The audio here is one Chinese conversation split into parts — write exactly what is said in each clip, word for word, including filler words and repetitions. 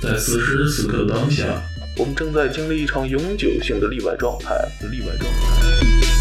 在此时此刻当下， 我们正在经历一场永久性的例外状态。例外状态。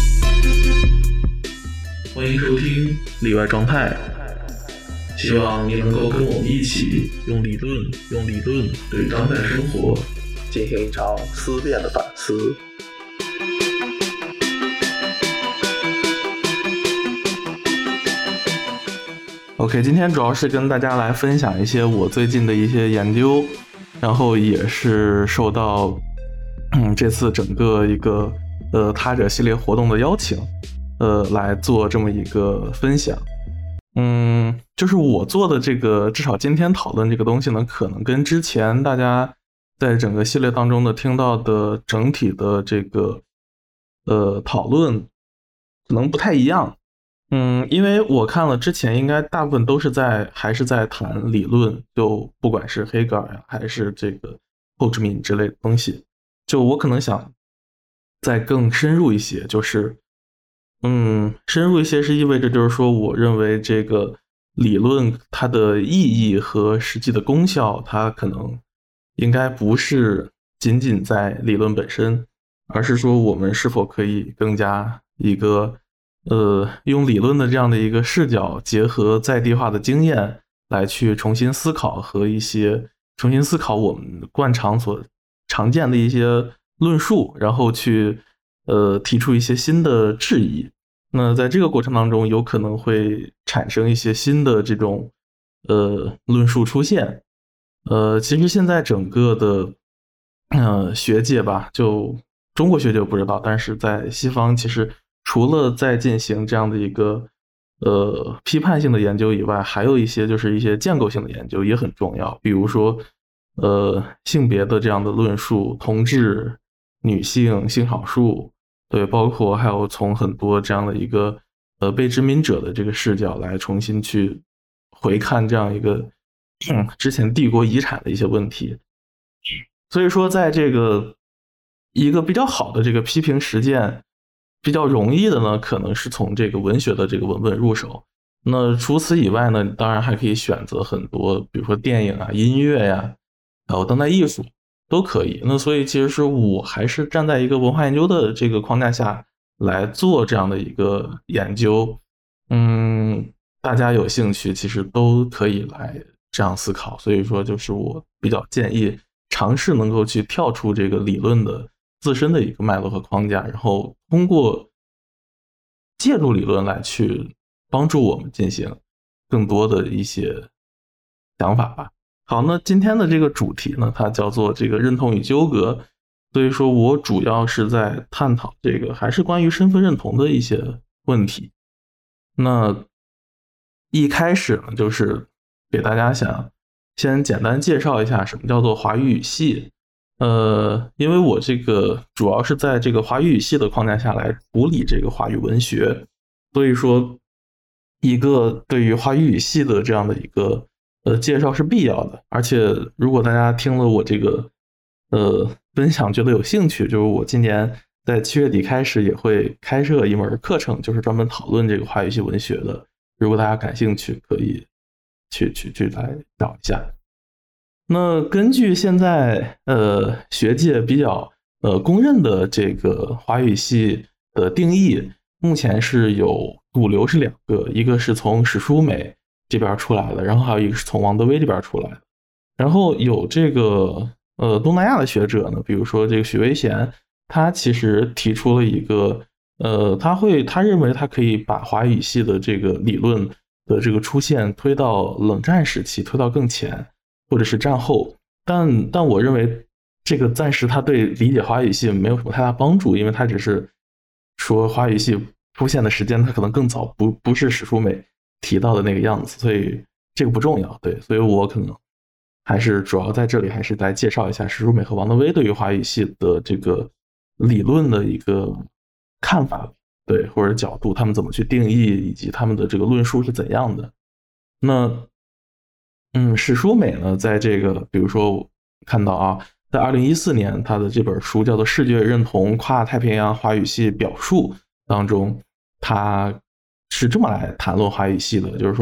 欢迎收听例外状态。 希望你能够跟我们一起用理论，用理论对当代生活进行一场思辨的反思。OK， 今天主要是跟大家来分享一些我最近的一些研究，然后也是受到嗯这次整个一个呃他者系列活动的邀请，呃来做这么一个分享。嗯，就是我做的这个，至少今天讨论这个东西呢，可能跟之前大家在整个系列当中的听到的整体的这个呃讨论可能不太一样。嗯，因为我看了之前应该大部分都是在还是在谈理论，就不管是黑格尔呀还是这个后殖民之类的东西，就我可能想再更深入一些，就是嗯，深入一些是意味着就是说我认为这个理论它的意义和实际的功效，它可能应该不是仅仅在理论本身，而是说我们是否可以更加一个呃，用理论的这样的一个视角，结合在地化的经验来去重新思考和一些重新思考我们惯常所常见的一些论述，然后去呃提出一些新的质疑。那在这个过程当中，有可能会产生一些新的这种呃论述出现。呃，其实现在整个的呃学界吧，就中国学界我不知道，但是在西方其实除了在进行这样的一个呃批判性的研究以外，还有一些就是一些建构性的研究也很重要，比如说呃性别的这样的论述，同志、女性、性少数，对，包括还有从很多这样的一个呃被殖民者的这个视角来重新去回看这样一个、嗯、之前帝国遗产的一些问题。所以说在这个一个比较好的这个批评实践比较容易的呢，可能是从这个文学的这个文本入手。那除此以外呢，当然还可以选择很多，比如说电影啊、音乐呀、还有当代艺术都可以。那所以其实是我还是站在一个文化研究的这个框架下来做这样的一个研究。嗯，大家有兴趣其实都可以来这样思考。所以说就是我比较建议尝试能够去跳出这个理论的自身的一个脉络和框架，然后通过借助理论来去帮助我们进行更多的一些想法吧。好，那今天的这个主题呢，它叫做这个认同与纠葛，所以说我主要是在探讨这个还是关于身份认同的一些问题。那一开始呢，就是给大家想先简单介绍一下什么叫做华语语系。呃，因为我这个主要是在这个华语语系的框架下来处理这个华语文学，所以说一个对于华语语系的这样的一个呃介绍是必要的。而且如果大家听了我这个呃分享觉得有兴趣，就是我今年在七月底开始也会开设一门课程，就是专门讨论这个华语系文学的。如果大家感兴趣，可以去去去来找一下。那根据现在呃学界比较呃公认的这个华语系的定义，目前是有主流是两个，一个是从史书美这边出来的，然后还有一个是从王德威这边出来的。然后有这个呃东南亚的学者呢，比如说这个许维贤，他其实提出了一个呃他会他认为他可以把华语系的这个理论的这个出现推到冷战时期，推到更前或者是战后，但但我认为这个暂时他对理解华语系没有什么太大帮助，因为他只是说华语系出现的时间它可能更早，不不是史书美提到的那个样子，所以这个不重要。对，所以我可能还是主要在这里还是来介绍一下史书美和王德威对于华语系的这个理论的一个看法，对，或者角度，他们怎么去定义，以及他们的这个论述是怎样的。那嗯，史书美呢，在这个比如说看到啊，在二零一四年他的这本书叫做《视觉认同跨太平洋华语系表述》当中，他是这么来谈论华语系的，就是说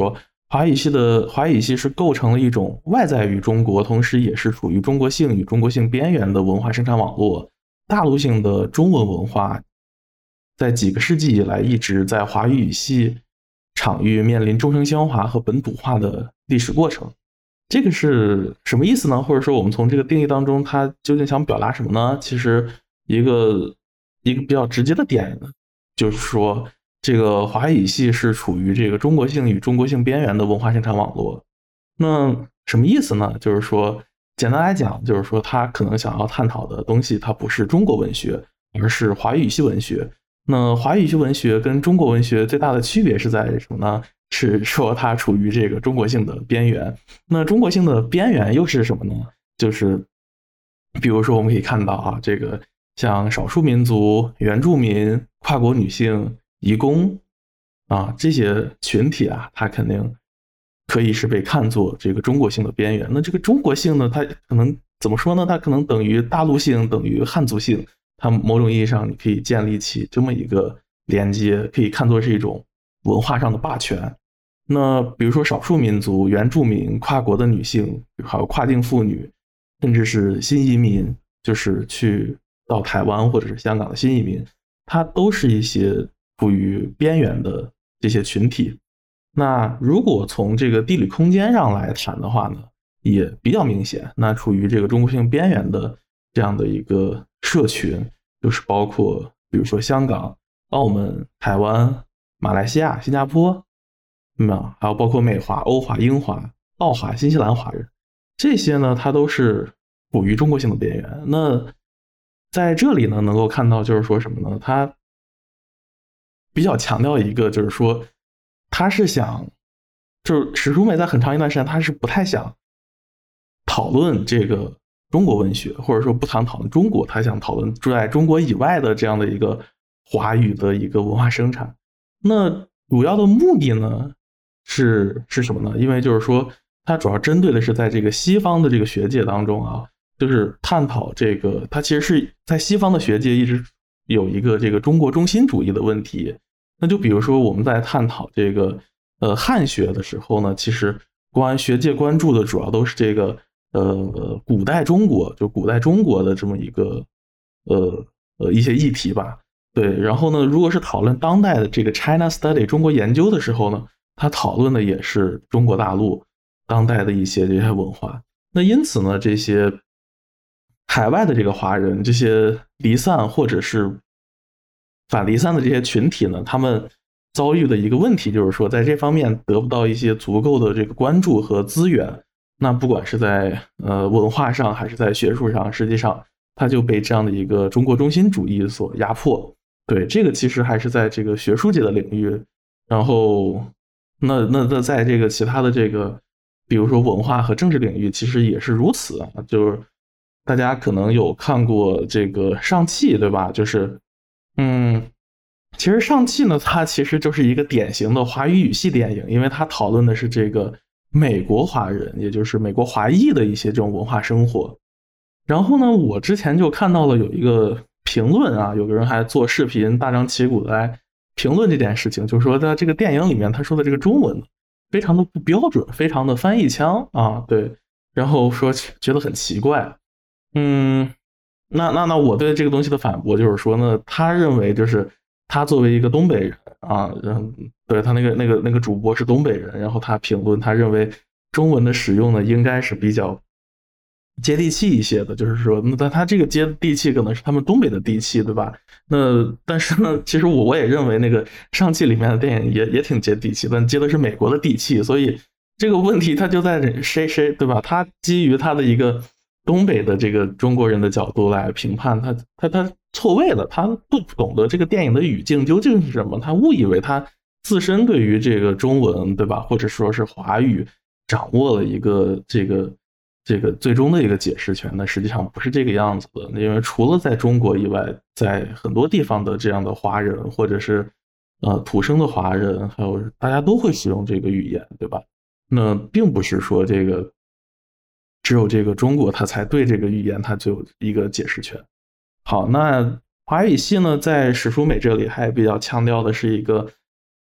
华语系的华语系是构成了一种外在于中国，同时也是处于中国性与中国性边缘的文化生产网络。大陆性的中文文化在几个世纪以来一直在华语语系场域面临众生消化和本土化的历史过程。这个是什么意思呢？或者说我们从这个定义当中它究竟想表达什么呢？其实一个一个比较直接的点就是说，这个华语系是处于这个中国性与中国性边缘的文化生产网络。那什么意思呢？就是说简单来讲，就是说他可能想要探讨的东西它不是中国文学，而是华语系文学。那华语系文学跟中国文学最大的区别是在什么呢？是说它处于这个中国性的边缘。那中国性的边缘又是什么呢？就是比如说我们可以看到啊，这个像少数民族、原住民、跨国女性、移工啊这些群体啊，它肯定可以是被看作这个中国性的边缘。那这个中国性呢，它可能怎么说呢？它可能等于大陆性，等于汉族性。它某种意义上你可以建立起这么一个连接，可以看作是一种文化上的霸权。那比如说少数民族、原住民、跨国的女性，还有跨境妇女，甚至是新移民，就是去到台湾或者是香港的新移民，它都是一些处于边缘的这些群体。那如果从这个地理空间上来谈的话呢，也比较明显，那处于这个中国性边缘的这样的一个社群，就是包括比如说香港、澳门、台湾、马来西亚、新加坡，嗯，还有包括美华、欧华、英华、澳华、新西兰华人，这些呢，它都是处于中国性的边缘。那在这里呢，能够看到就是说什么呢？它比较强调一个，就是说他是想，就是史书美在很长一段时间他是不太想讨论这个中国文学，或者说不想讨论中国，他想讨论住在中国以外的这样的一个华语的一个文化生产。那主要的目的呢是是什么呢？因为就是说它主要针对的是在这个西方的这个学界当中啊，就是探讨这个，它其实是在西方的学界一直有一个这个中国中心主义的问题。那就比如说我们在探讨这个呃汉学的时候呢，其实关学界关注的主要都是这个呃古代中国，就古代中国的这么一个呃呃一些议题吧。对，然后呢，如果是讨论当代的这个 China Study 中国研究的时候呢，他讨论的也是中国大陆当代的一些这些文化。那因此呢，这些海外的这个华人，这些离散或者是反离散的这些群体呢，他们遭遇的一个问题就是说，在这方面得不到一些足够的这个关注和资源。那不管是在呃文化上还是在学术上，实际上他就被这样的一个中国中心主义所压迫。对，这个其实还是在这个学术界的领域，然后那那那在这个其他的这个比如说文化和政治领域其实也是如此啊。就是大家可能有看过这个上汽，对吧？就是嗯，其实上汽呢，它其实就是一个典型的华语语系电影，因为它讨论的是这个美国华人，也就是美国华裔的一些这种文化生活。然后呢，我之前就看到了有一个评论啊，有个人还做视频大张旗鼓的来评论这件事情，就是说在这个电影里面他说的这个中文非常的不标准，非常的翻译腔啊，对，然后说觉得很奇怪。嗯，那那那我对这个东西的反驳就是说呢，他认为就是他作为一个东北人啊，嗯，对，他那个那个那个主播是东北人，然后他评论他认为中文的使用呢应该是比较接地气一些的，就是说那他这个接地气可能是他们东北的地气，对吧？那但是呢，其实我我也认为那个上汽里面的电影也也挺接地气，但接的是美国的地气，所以这个问题他就在谁谁，对吧？他基于他的一个东北的这个中国人的角度来评判他，他他错位了，他不懂得这个电影的语境究竟是什么，他误以为他自身对于这个中文，对吧？或者说是华语掌握了一个这个。这个最终的一个解释权呢，实际上不是这个样子的。因为除了在中国以外，在很多地方的这样的华人，或者是呃土生的华人，还有大家都会使用这个语言，对吧？那并不是说这个只有这个中国它才对这个语言它就有一个解释权。好，那华语系呢，在史书美这里还比较强调的是一个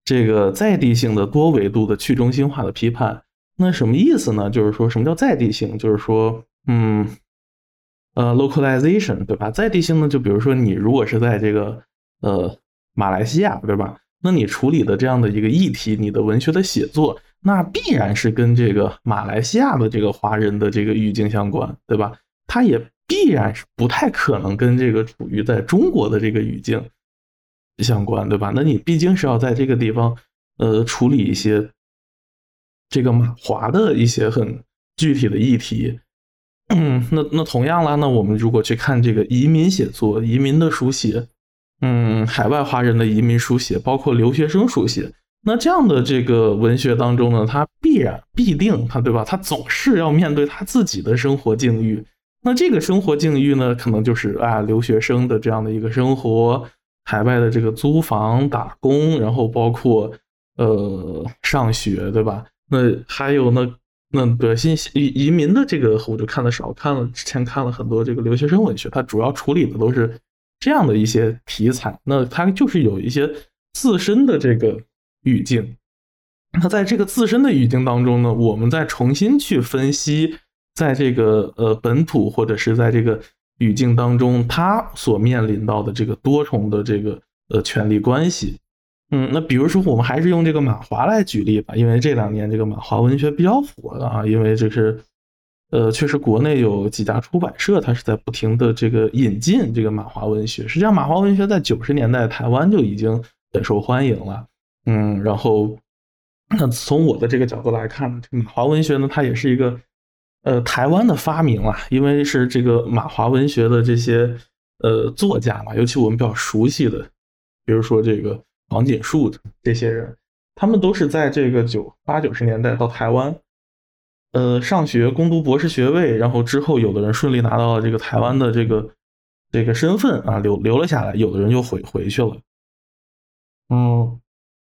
这个在地性的多维度的去中心化的批判。那什么意思呢？就是说什么叫在地性？就是说，嗯，呃 ，localization， 对吧？在地性呢，就比如说你如果是在这个呃马来西亚，对吧？那你处理的这样的一个议题，你的文学的写作，那必然是跟这个马来西亚的这个华人的这个语境相关，对吧？它也必然是不太可能跟这个处于在中国的这个语境相关，对吧？那你毕竟是要在这个地方呃处理一些这个马华的一些很具体的议题。嗯，那那同样啦，那我们如果去看这个移民写作、移民的书写，嗯，海外华人的移民书写，包括留学生书写，那这样的这个文学当中呢，它必然必定它对吧？它总是要面对他自己的生活境遇。那这个生活境遇呢，可能就是啊留学生的这样的一个生活，海外的这个租房打工，然后包括呃上学，对吧？那还有呢，那对新移移民的这个我就看的少，看了之前看了很多这个留学生文学，它主要处理的都是这样的一些题材，那它就是有一些自身的这个语境。那在这个自身的语境当中呢，我们再重新去分析在这个呃本土或者是在这个语境当中它所面临到的这个多重的这个呃权力关系。嗯，那比如说我们还是用这个马华来举例吧，因为这两年这个马华文学比较火的啊，因为这是呃确实国内有几家出版社它是在不停的这个引进这个马华文学。实际上马华文学在九十年代台湾就已经很受欢迎了。嗯，然后那从我的这个角度来看，这个马华文学呢它也是一个呃台湾的发明了，因为是这个马华文学的这些呃作家嘛，尤其我们比较熟悉的，比如说这个黄锦树这些人，他们都是在这个九八九十年代到台湾，呃，上学攻读博士学位，然后之后有的人顺利拿到了这个台湾的这个这个身份啊，留留了下来，有的人又回回去了。嗯，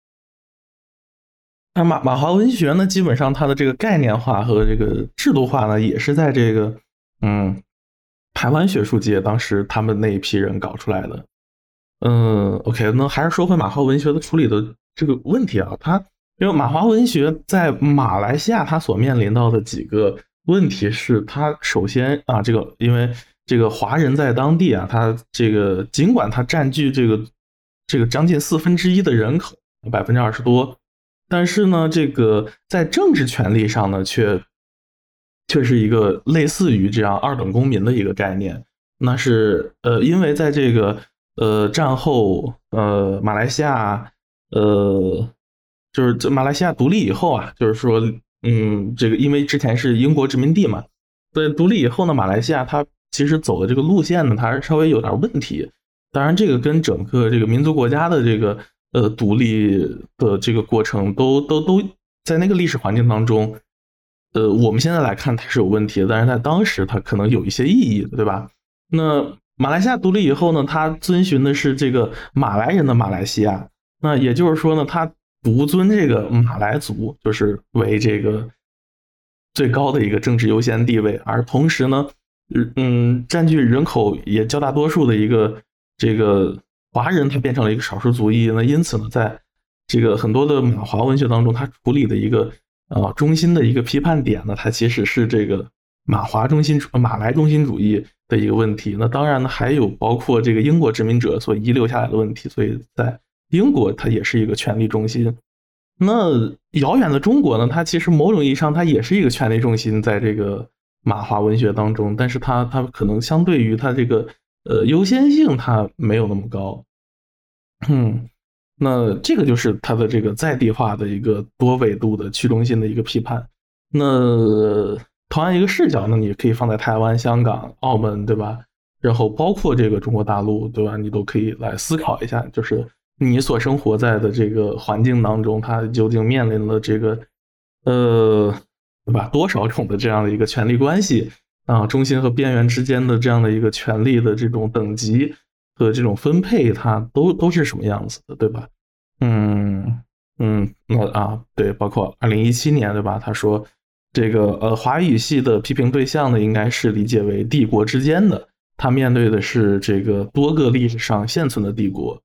那马马华文学呢，基本上它的这个概念化和这个制度化呢，也是在这个嗯台湾学术界当时他们那一批人搞出来的。嗯 ，OK， 那还是说回马华文学的处理的这个问题啊，它因为马华文学在马来西亚它所面临到的几个问题是，它首先啊，这个因为这个华人在当地啊，它这个尽管它占据这个这个将近四分之一的人口，百分之二十多，但是呢，这个在政治权利上呢，却却是一个类似于这样二等公民的一个概念。那是呃，因为在这个呃，战后，呃，马来西亚，呃，就是马来西亚独立以后啊，就是说，嗯，这个因为之前是英国殖民地嘛，对，独立以后呢，马来西亚它其实走的这个路线呢，它稍微有点问题。当然，这个跟整个这个民族国家的这个呃独立的这个过程都都都在那个历史环境当中，呃，我们现在来看它是有问题的，但是在当时它可能有一些意义的，对吧？那马来西亚独立以后呢，它遵循的是这个马来人的马来西亚，那也就是说呢，它独尊这个马来族就是为这个最高的一个政治优先地位，而同时呢，嗯，占据人口也较大多数的一个这个华人，它变成了一个少数族裔。那因此呢，在这个很多的马华文学当中，它处理的一个呃中心的一个批判点呢，它其实是这个马华中心马来中心主义的一个问题。那当然呢，还有包括这个英国殖民者所遗留下来的问题，所以在英国它也是一个权力中心。那遥远的中国呢，它其实某种意义上它也是一个权力中心，在这个马华文学当中，但是它它可能相对于它这个呃优先性它没有那么高。嗯，那这个就是它的这个在地化的一个多维度的去中心的一个批判。那同样一个视角呢，你可以放在台湾、香港、澳门，对吧？然后包括这个中国大陆，对吧？你都可以来思考一下，就是你所生活在的这个环境当中，它究竟面临了这个呃，对吧？多少种的这样的一个权力关系啊，中心和边缘之间的这样的一个权力的这种等级和这种分配，它都都是什么样子的，对吧？嗯嗯，那啊，对，包括二零一七年，对吧？他说这个呃，华语系的批评对象呢，应该是理解为帝国之间的，他面对的是这个多个历史上现存的帝国。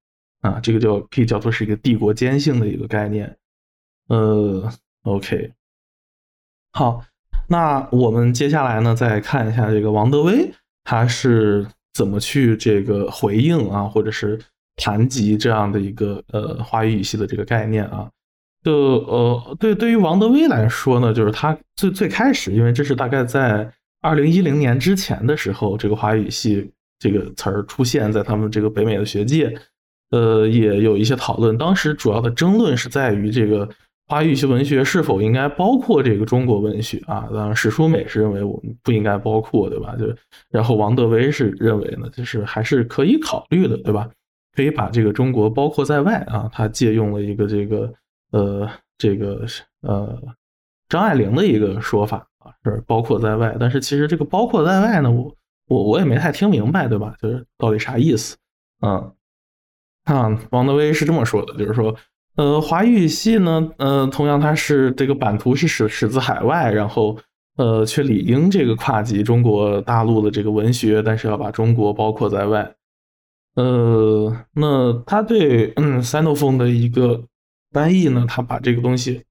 啊，这个叫可以叫做是一个帝国间性的一个概念。呃 OK， 好，那我们接下来呢再看一下这个王德威他是怎么去这个回应啊，或者是谈及这样的一个呃华语语系的这个概念啊。就呃对对于王德威来说呢，就是他最最开始，因为这是大概在二零一零年之前的时候，这个华语语系这个词儿出现在他们这个北美的学界，呃也有一些讨论。当时主要的争论是在于这个华语语系文学是否应该包括这个中国文学啊？当然史书美是认为我们不应该包括，对吧？就然后王德威是认为呢，就是还是可以考虑的，对吧？可以把这个中国包括在外啊。他借用了一个这个呃这个呃张爱玲的一个说法啊，是包括在外。但是其实这个包括在外呢，我我我也没太听明白，对吧？就是到底啥意思？嗯，啊，王德威是这么说的，就是说。呃，华语语系呢，呃，同样它是这个版图是始始自海外，然后呃，却理应这个跨及中国大陆的这个文学，但是要把中国包括在外。呃，那他对嗯三诺风的一个翻译呢，他把这个东西，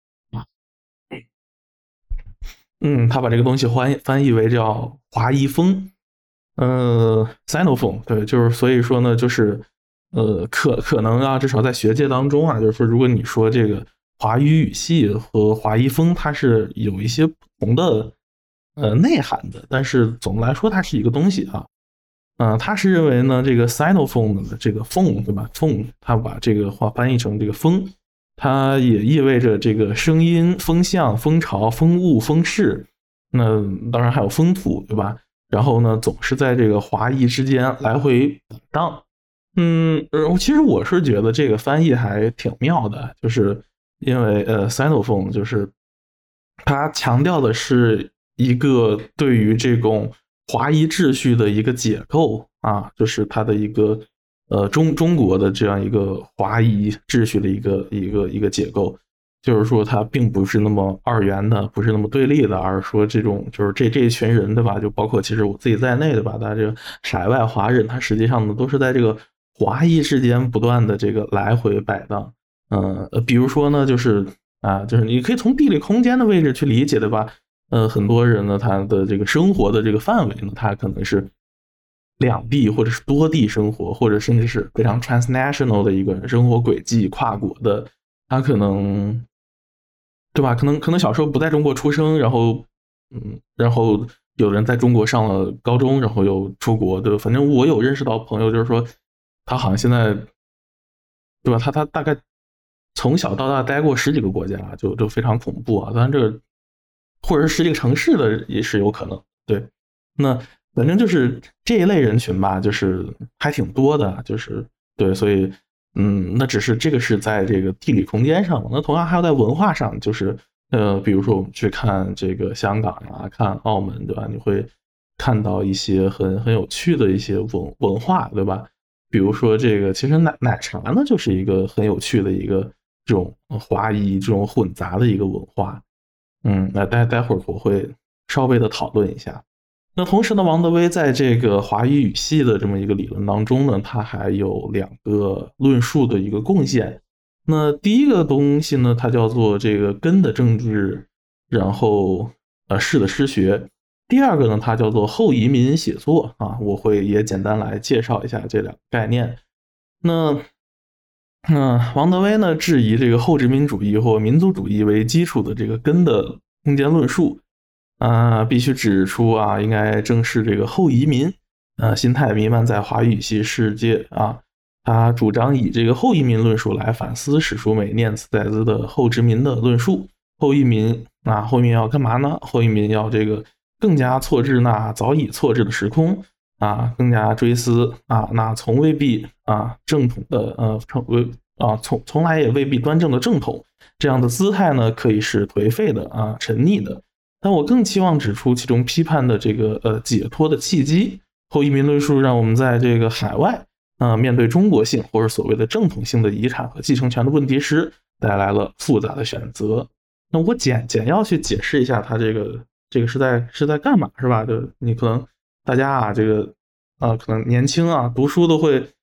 嗯，他把这个东西翻翻译为叫华裔风，呃，三诺风，对，就是所以说呢，就是。呃，可可能啊，至少在学界当中啊，就是说，如果你说这个华语语系和华裔风，它是有一些不同的呃内涵的，但是总的来说，它是一个东西啊。嗯、呃，他是认为呢，这个 Sinophone 的这个风，对吧？风，他把这个话翻译成这个风，它也意味着这个声音、风向、风潮、风物、风势，那当然还有风土，对吧？然后呢，总是在这个华裔之间来回摆荡。嗯，其实我是觉得这个翻译还挺妙的，就是因为呃 Sinophone 就是它强调的是一个对于这种华裔秩序的一个解构啊，就是它的一个呃中中国的这样一个华裔秩序的一个一个一个解构，就是说它并不是那么二元的，不是那么对立的，而是说这种就是这这一群人，对吧？就包括其实我自己在内，对吧？大家这个海外华人，他实际上呢都是在这个华裔之间不断的这个来回摆荡。嗯、呃，比如说呢，就是啊，就是你可以从地理空间的位置去理解，对吧？呃，很多人呢，他的这个生活的这个范围呢，他可能是两地或者是多地生活，或者甚至是非常 transnational 的一个生活轨迹，跨国的，他可能，对吧？可能可能小时候不在中国出生，然后，嗯，然后有人在中国上了高中，然后又出国，对吧？反正我有认识到朋友，就是说他好像现在，对吧？他他大概从小到大待过十几个国家，就就非常恐怖啊！当然这个或者是十几个城市的也是有可能。对，那反正就是这一类人群吧，就是还挺多的，就是对，所以嗯，那只是这个是在这个地理空间上，那同样还有在文化上，就是呃，比如说我们去看这个香港啊，看澳门，对吧？你会看到一些很很有趣的一些文文化，对吧？比如说这个，其实奶奶茶呢，就是一个很有趣的一个这种华裔这种混杂的一个文化。嗯，那待待会儿我会稍微的讨论一下。那同时呢，王德威在这个华语语系的这么一个理论当中呢，他还有两个论述的一个贡献。那第一个东西呢，它叫做这个根的政治，然后呃士的诗学。第二个呢，它叫做后移民写作啊，我会也简单来介绍一下这两个概念。那那王德威呢，质疑这个后殖民主义或民族主义为基础的这个根的空间论述啊、呃，必须指出啊，应该正视这个后移民呃心态弥漫在华语系世界啊。他主张以这个后移民论述来反思史书美念兹在兹的后殖民的论述。后移民啊，后移民要干嘛呢？后移民要这个更加错置那早已错置的时空啊，更加追思啊那从未必啊正统的呃成为啊从从来也未必端正的正统这样的姿态呢，可以是颓废的啊沉溺的。但我更期望指出其中批判的这个呃解脱的契机。后移民论述让我们在这个海外啊、呃、面对中国性或者所谓的正统性的遗产和继承权的问题时，带来了复杂的选择。那我简简要去解释一下它这个这个是在是在干嘛，是吧？就你可能大家啊这个啊、呃、可能年轻啊读书都会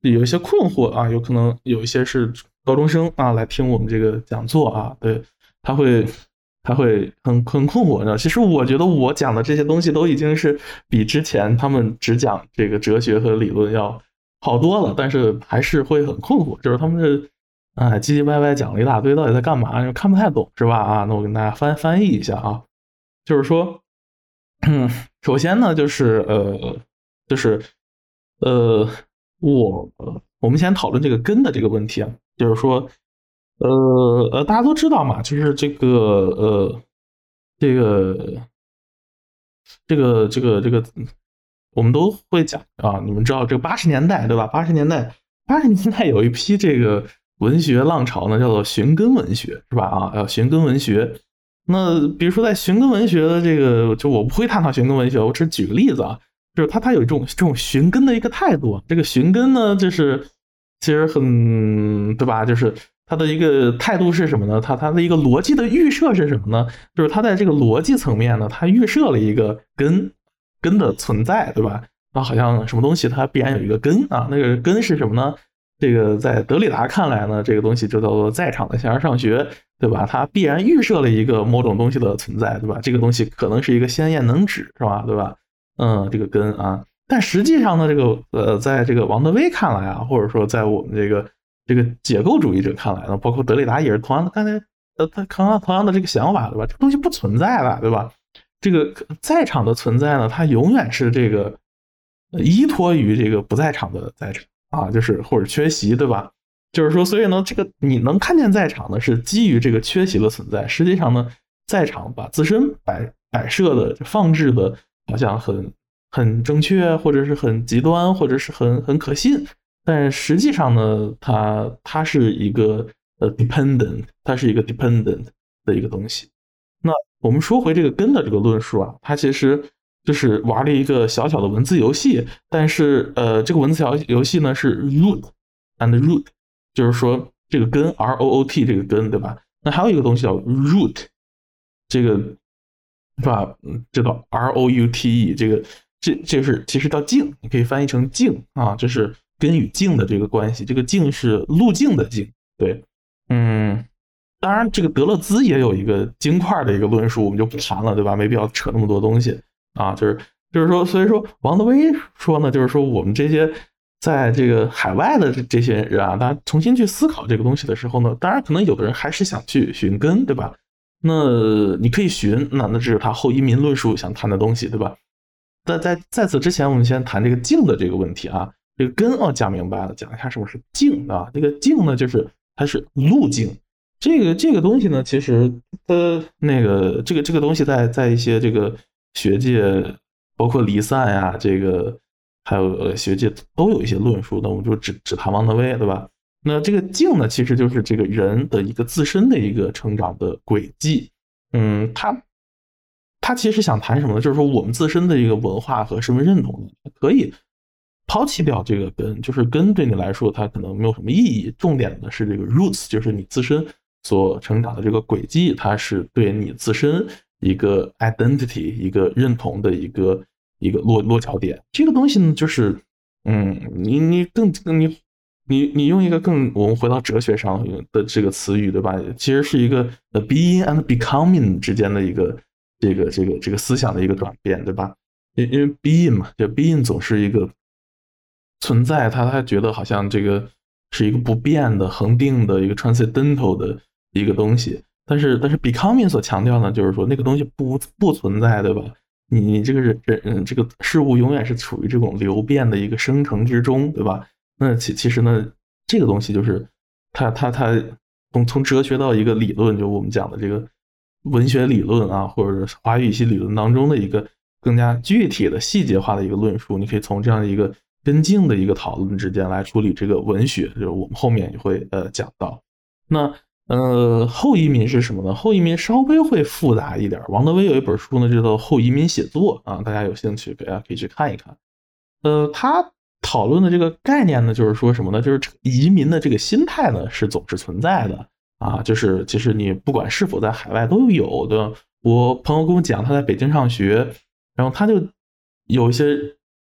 有一些困惑啊，有可能有一些是高中生啊来听我们这个讲座啊，对，他会他会很很困惑呢。其实我觉得我讲的这些东西都已经是比之前他们只讲这个哲学和理论要好多了，但是还是会很困惑，就是他们是哎唧唧歪歪讲了一大堆，到底在干嘛？看不太懂是吧？啊，那我跟大家翻翻译一下啊，就是说，嗯，首先呢，就是呃，就是呃，我我们先讨论这个根的这个问题啊，就是说。呃呃，大家都知道嘛，就是这个呃，这个这个这个这个，我们都会讲啊。你们知道这个八十年代对吧？八十年代八十年代有一批这个文学浪潮呢，叫做寻根文学，是吧？啊，要寻根文学。那比如说在寻根文学的这个，就我不会探讨寻根文学，我只举个例子啊，就是它它有一种这种寻根的一个态度。这个寻根呢，就是其实很对吧？就是他的一个态度是什么呢？他他的一个逻辑的预设是什么呢？就是他在这个逻辑层面呢，他预设了一个根根的存在，对吧？那好像什么东西它必然有一个根啊，那个根是什么呢？这个在德里达看来呢，这个东西就叫做在场的形而上学，对吧？它必然预设了一个某种东西的存在，对吧？这个东西可能是一个鲜艳能指，是吧？对吧？嗯，这个根啊，但实际上呢，这个呃，在这个王德威看来啊，或者说在我们这个。这个解构主义者看来呢，包括德里达也是同样的，刚才呃他同样同样的这个想法，对吧？这个东西不存在了，对吧？这个在场的存在呢，它永远是这个依托于这个不在场的在场啊，就是或者缺席，对吧？就是说，所以呢，这个你能看见在场呢，是基于这个缺席的存在。实际上呢，在场把自身摆摆设的放置的，好像很很正确，或者是很极端，或者是很很可信。但实际上呢，它它是一个呃 dependent， 它是一个 dependent 的一个东西。那我们说回这个根的这个论述啊，它其实就是玩了一个小小的文字游戏，但是呃，这个文字游戏呢是 root and root， 就是说这个根 R O O T 这个根，对吧？那还有一个东西叫 root， 这个是吧？这个 R O U T E， 这个这这是其实叫径，你可以翻译成径啊，这是。根与径的这个关系，这个径是路径的径，对，嗯，当然这个德勒兹也有一个晶块的一个论述，我们就不谈了，对吧？没必要扯那么多东西啊，就是就是说，所以说王德威说呢，就是说我们这些在这个海外的这些人啊，大家重新去思考这个东西的时候呢，当然可能有的人还是想去寻根，对吧？那你可以寻，那那这是他后移民论述想谈的东西，对吧？但在在此之前，我们先谈这个径的这个问题啊。这个根哦，讲明白了，讲一下什么是径啊？这个径呢，就是它是路径。这个这个东西呢，其实呃，那个这个这个东西在在一些这个学界，包括离散呀，这个还有学界都有一些论述。那我们就只只谈王德威，对吧？那这个径呢，其实就是这个人的一个自身的一个成长的轨迹。嗯，他他其实想谈什么呢？就是说我们自身的一个文化和身份认同可以。抛弃掉这个根，就是根对你来说它可能没有什么意义，重点的是这个 roots， 就是你自身所成长的这个轨迹，它是对你自身一个 identity 一个认同的一个一个落落脚点。这个东西呢，就是嗯，你你更你你你用一个更我们回到哲学上的这个词语，对吧？其实是一个 being and becoming 之间的一个这个这个这个思想的一个转变，对吧？因因为 being 嘛，就 being 总是一个。存在他他觉得好像这个是一个不变的恒定的一个 transcendental 的一个东西，但是但是 becoming 所强调呢，就是说那个东西不不存在，对吧？你你这个人人这个事物永远是处于这种流变的一个生成之中，对吧？那其其实呢，这个东西就是他他他从从哲学到一个理论，就我们讲的这个文学理论啊，或者是华语系理论当中的一个更加具体的细节化的一个论述，你可以从这样的一个跟进的一个讨论之间来处理这个文学，就是我们后面也会呃讲到。那呃后移民是什么呢？后移民稍微会复杂一点。王德威有一本书呢，叫做《后移民写作》啊，大家有兴趣大家可以去看一看。呃，他讨论的这个概念呢，就是说什么呢？就是移民的这个心态呢是总是存在的啊，就是其实你不管是否在海外都有的。我朋友跟我讲，他在北京上学，然后他就有一些。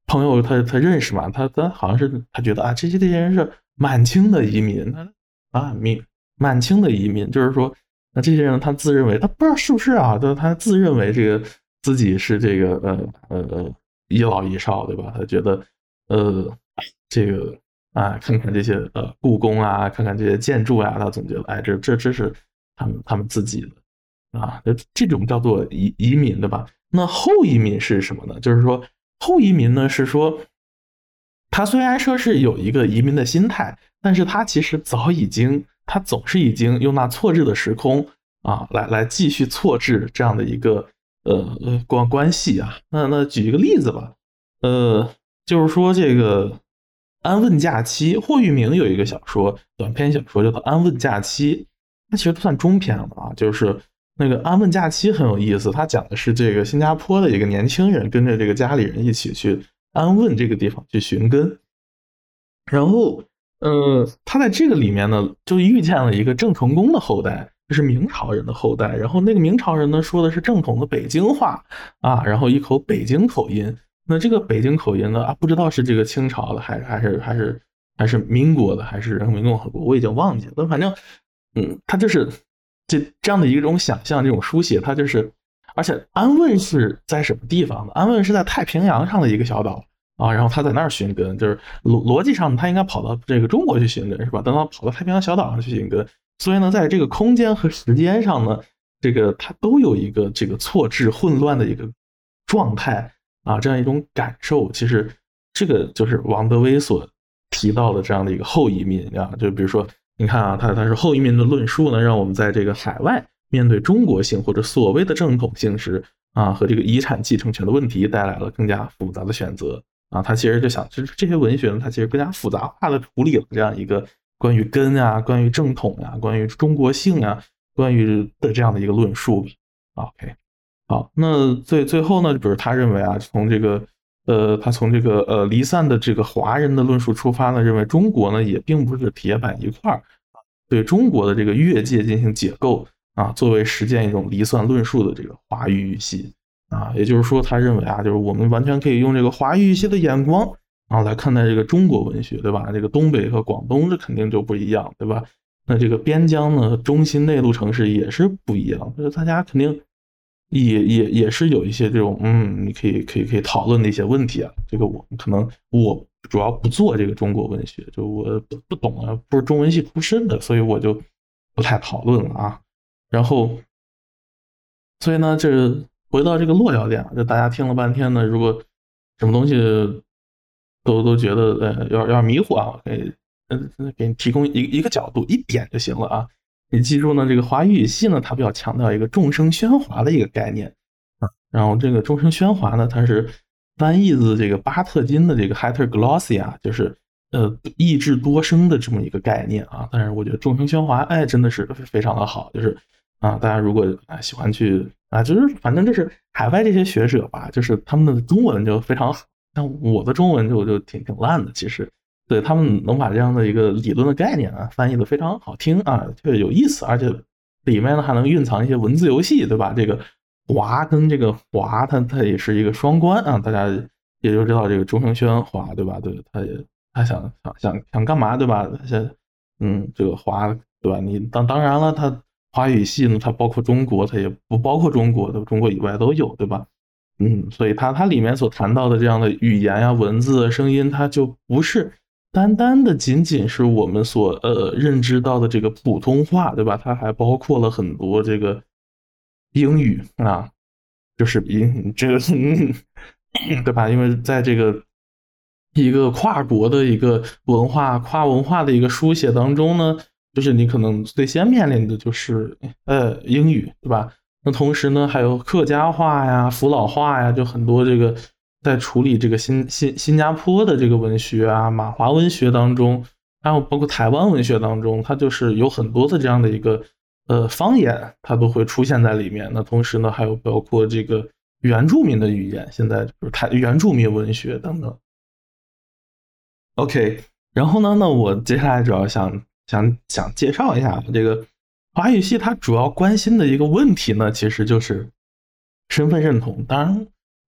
朋友他他认识嘛，他他好像是他觉得啊，这些这些人是满清的移民啊，满满清的移民，就是说那这些人他自认为他不知道是不是啊，他他自认为这个自己是这个呃呃一老一少，对吧？他觉得呃这个啊，看看这些呃故宫啊，看看这些建筑啊，他总觉得哎，这这这是他们他们自己的啊，这种叫做移移民，对吧？那后移民是什么呢？就是说后移民呢是说，他虽然说是有一个移民的心态，但是他其实早已经，他总是已经用那错置的时空啊，来来继续错置这样的一个呃关关系啊。那那举一个例子吧，呃，就是说这个《安问假期》，霍玉明有一个小说，短篇小说叫做《安问假期》，它其实算中篇了啊，就是那个《安问假期》很有意思，它讲的是这个新加坡的一个年轻人跟着这个家里人一起去安问这个地方去寻根，然后呃，他在这个里面呢就遇见了一个郑成功的后代，就是明朝人的后代，然后那个明朝人呢说的是正统的北京话啊，然后一口北京口音，那这个北京口音呢啊，不知道是这个清朝的还是还是还是还是民国的还是人民共和国，我已经忘记了，反正嗯，他就是这这样的一种想象，这种书写，它就是，而且安问是在什么地方呢？安问是在太平洋上的一个小岛啊，然后他在那儿寻根，就是逻逻辑上他应该跑到这个中国去寻根是吧？等他跑到太平洋小岛上去寻根，所以呢，在这个空间和时间上呢，这个它都有一个这个错置混乱的一个状态啊，这样一种感受。其实这个就是王德威所提到的这样的一个后移民啊，就比如说。你看啊，他他是后移民的论述呢，让我们在这个海外面对中国性或者所谓的正统性时啊，和这个遗产继承权的问题带来了更加复杂的选择啊。他其实就想，这这些文学呢，它其实更加复杂化的处理了这样一个关于根啊、关于正统啊、关于中国性啊、关于的这样的一个论述。OK， 好，那最最后呢，比如他认为啊，从这个。呃，他从这个呃离散的这个华人的论述出发呢，认为中国呢也并不是铁板一块，对中国的这个越界进行解构啊，作为实践一种离散论述的这个华语语系啊，也就是说，他认为啊，就是我们完全可以用这个华语语系的眼光啊来看待这个中国文学，对吧？这个东北和广东这肯定就不一样，对吧？那这个边疆呢，中心内陆城市也是不一样，就是大家肯定。也也也是有一些这种嗯，你可以可以可以讨论的一些问题啊。这个我可能我主要不做这个中国文学，就我不不懂啊，不是中文系出身的，所以我就不太讨论了啊。然后，所以呢，这回到这个落脚点，就大家听了半天呢，如果什么东西都都觉得呃有点迷糊啊，可以嗯给你提供一一个角度一点就行了啊。你记住呢，这个华语语系呢，它比较强调一个众声喧哗的一个概念啊。然后这个众声喧哗呢，它是翻译自这个巴特金的这个 heteroglossia， 就是呃意志多声的这么一个概念啊。但是我觉得众声喧哗，哎，真的是非常的好，就是啊，大家如果啊喜欢去啊，就是反正就是海外这些学者吧，就是他们的中文就非常好，像我的中文就就挺挺烂的，其实。对，他们能把这样的一个理论的概念啊翻译的非常好听啊，特别有意思，而且里面呢还能蕴藏一些文字游戏，对吧？这个华跟这个华，它它也是一个双关啊，大家也就知道这个众声喧哗，对吧？对，他也他想想想想干嘛，对吧？他嗯，这个华，对吧？你当当然了，它华语系呢，它包括中国，它也不包括中国的，中国以外都有，对吧？嗯，所以它它里面所谈到的这样的语言呀、文字、声音，它就不是。单单的仅仅是我们所呃认知到的这个普通话，对吧？它还包括了很多这个英语啊，就是英这个对吧？因为在这个一个跨国的一个文化、跨文化的一个书写当中呢，就是你可能最先面临的就是呃英语，对吧？那同时呢，还有客家话呀、福佬话呀，就很多这个。在处理这个新新新加坡的这个文学啊，马华文学当中，还有包括台湾文学当中，它就是有很多的这样的一个呃方言，它都会出现在里面。那同时呢，还有包括这个原住民的语言，现在就是台原住民文学等等。OK， 然后呢，那我接下来主要想想想介绍一下这个华语系，它主要关心的一个问题呢，其实就是身份认同。当然。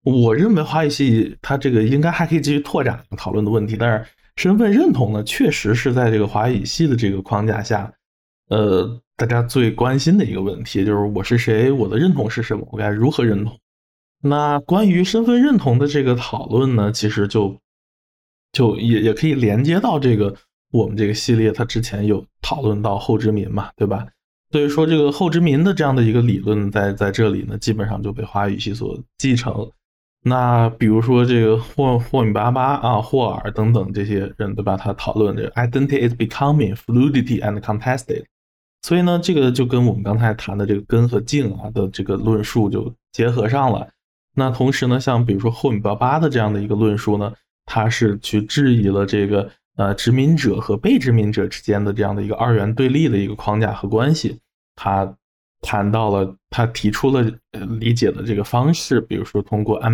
我认为华语系它这个应该还可以继续拓展讨论的问题，但是身份认同呢，确实是在这个华语系的这个框架下，呃，大家最关心的一个问题，就是我是谁，我的认同是什么，我该如何认同。那关于身份认同的这个讨论呢，其实就就也也可以连接到这个我们这个系列，它之前有讨论到后殖民嘛，对吧？所以说这个后殖民的这样的一个理论在在这里呢，基本上就被华语系所继承。那比如说这个霍霍米巴巴啊、霍尔等等这些人，对吧？他讨论这个 identity is becoming fluidity and contested。所以呢，这个就跟我们刚才谈的这个根和茎啊的这个论述就结合上了。那同时呢，像比如说霍米巴巴的这样的一个论述呢，它是去质疑了这个呃殖民者和被殖民者之间的这样的一个二元对立的一个框架和关系。他谈到了，他提出了理解的这个方式，比如说通过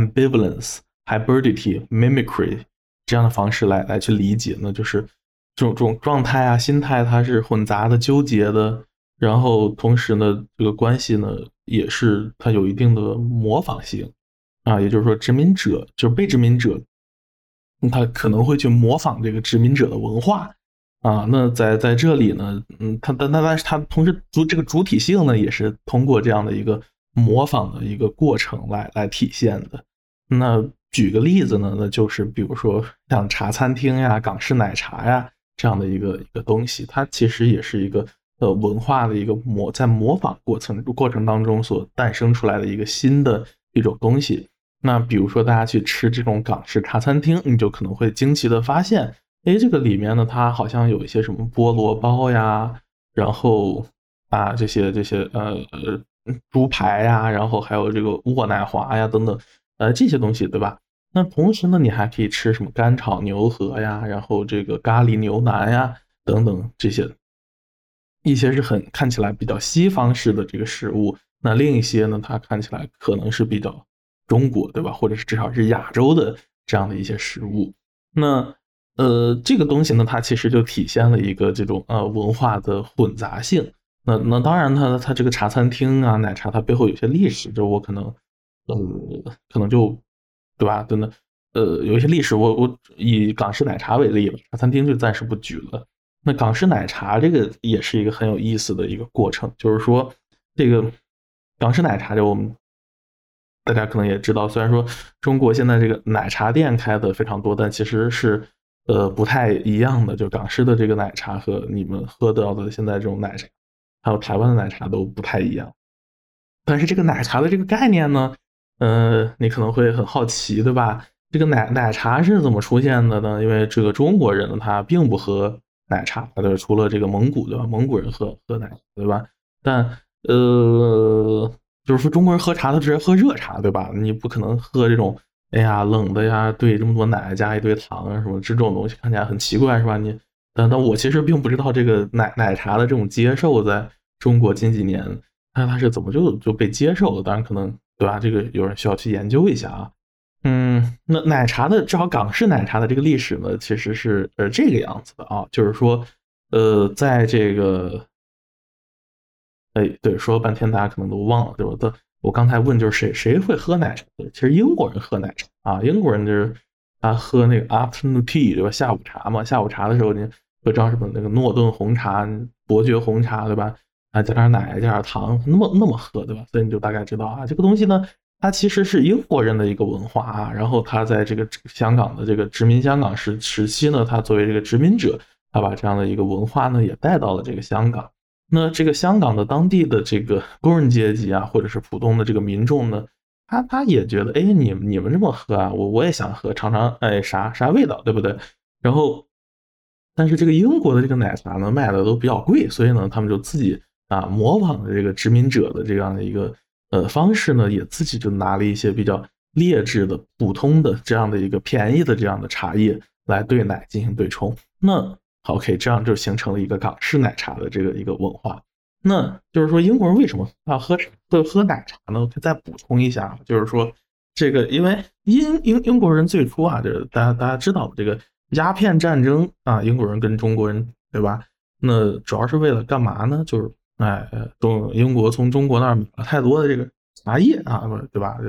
ambivalence、hybridity、mimicry 这样的方式来来去理解呢，就是这种这种状态啊、心态它是混杂的、纠结的，然后同时呢，这个关系呢也是它有一定的模仿性啊，也就是说殖民者就是被殖民者，他可能会去模仿这个殖民者的文化。啊，那在在这里呢，嗯，它但但是它同时主这个主体性呢，也是通过这样的一个模仿的一个过程来来体现的。那举个例子呢，那就是比如说像茶餐厅呀、港式奶茶呀这样的一个一个东西，它其实也是一个呃文化的一个模在模仿过程过程当中所诞生出来的一个新的一种东西。那比如说大家去吃这种港式茶餐厅，你就可能会惊奇的发现。哎，这个里面呢，它好像有一些什么菠萝包呀，然后啊这些这些呃呃猪排呀，然后还有这个沃奶华呀等等，呃这些东西对吧？那同时呢，你还可以吃什么干炒牛河呀，然后这个咖喱牛腩呀等等这些，一些是很看起来比较西方式的这个食物，那另一些呢，它看起来可能是比较中国对吧？或者是至少是亚洲的这样的一些食物，那。呃，这个东西呢，它其实就体现了一个这种呃文化的混杂性。那那当然它，它它这个茶餐厅啊、奶茶，它背后有些历史，就我可能呃可能就对吧？真的呃有一些历史，我我以港式奶茶为例吧，茶餐厅就暂时不举了。那港式奶茶这个也是一个很有意思的一个过程，就是说这个港式奶茶就我们。大家可能也知道，虽然说中国现在这个奶茶店开的非常多，但其实是呃不太一样的。就港式的这个奶茶和你们喝到的现在这种奶茶，还有台湾的奶茶都不太一样。但是这个奶茶的这个概念呢，呃，你可能会很好奇，对吧？这个奶奶茶是怎么出现的呢？因为这个中国人呢，他并不喝奶茶，对，除了这个蒙古，对吧？蒙古人喝喝奶茶，对吧？但呃。就是说中国人喝茶，他直接喝热茶，对吧？你不可能喝这种，哎呀冷的呀，兑这么多奶加一堆糖啊什么，这种东西看起来很奇怪，是吧？你，但但我其实并不知道这个奶奶茶的这种接受，在中国近几年，它它是怎么就就被接受的？当然可能对吧？这个有人需要去研究一下啊。嗯，那奶茶的至少港式奶茶的这个历史呢，其实是呃这个样子的啊，就是说，呃，在这个。哎，对，说了半天大家可能都忘了，对吧？我刚才问就是谁谁会喝奶茶？其实英国人喝奶茶啊，英国人就是他喝那个 afternoon tea， 对吧？下午茶嘛，下午茶的时候你会知道什么那个诺顿红茶、伯爵红茶，对吧？啊，加点奶，加点糖，那么那么喝，对吧？所以你就大概知道啊，这个东西呢，它其实是英国人的一个文化啊。然后他在这个香港的这个殖民香港时时期呢，他作为这个殖民者，他把这样的一个文化呢也带到了这个香港。那这个香港的当地的这个工人阶级啊，或者是普通的这个民众呢，他他也觉得，哎，你你们这么喝啊，我我也想喝，尝尝，哎，啥啥味道，对不对？然后，但是这个英国的这个奶茶呢，卖的都比较贵，所以呢，他们就自己啊模仿的这个殖民者的这样的一个呃方式呢，也自己就拿了一些比较劣质的、普通的这样的一个便宜的这样的茶叶来兑奶进行对冲。那OK， 这样就形成了一个港式奶茶的这个一个文化。那就是说，英国人为什么要喝喝喝奶茶呢？我可以再补充一下，就是说，这个因为英英英国人最初啊，就是大家大家知道这个鸦片战争啊，英国人跟中国人对吧？那主要是为了干嘛呢？就是哎，中英国从中国那儿买了太多的这个茶叶啊，对吧？这个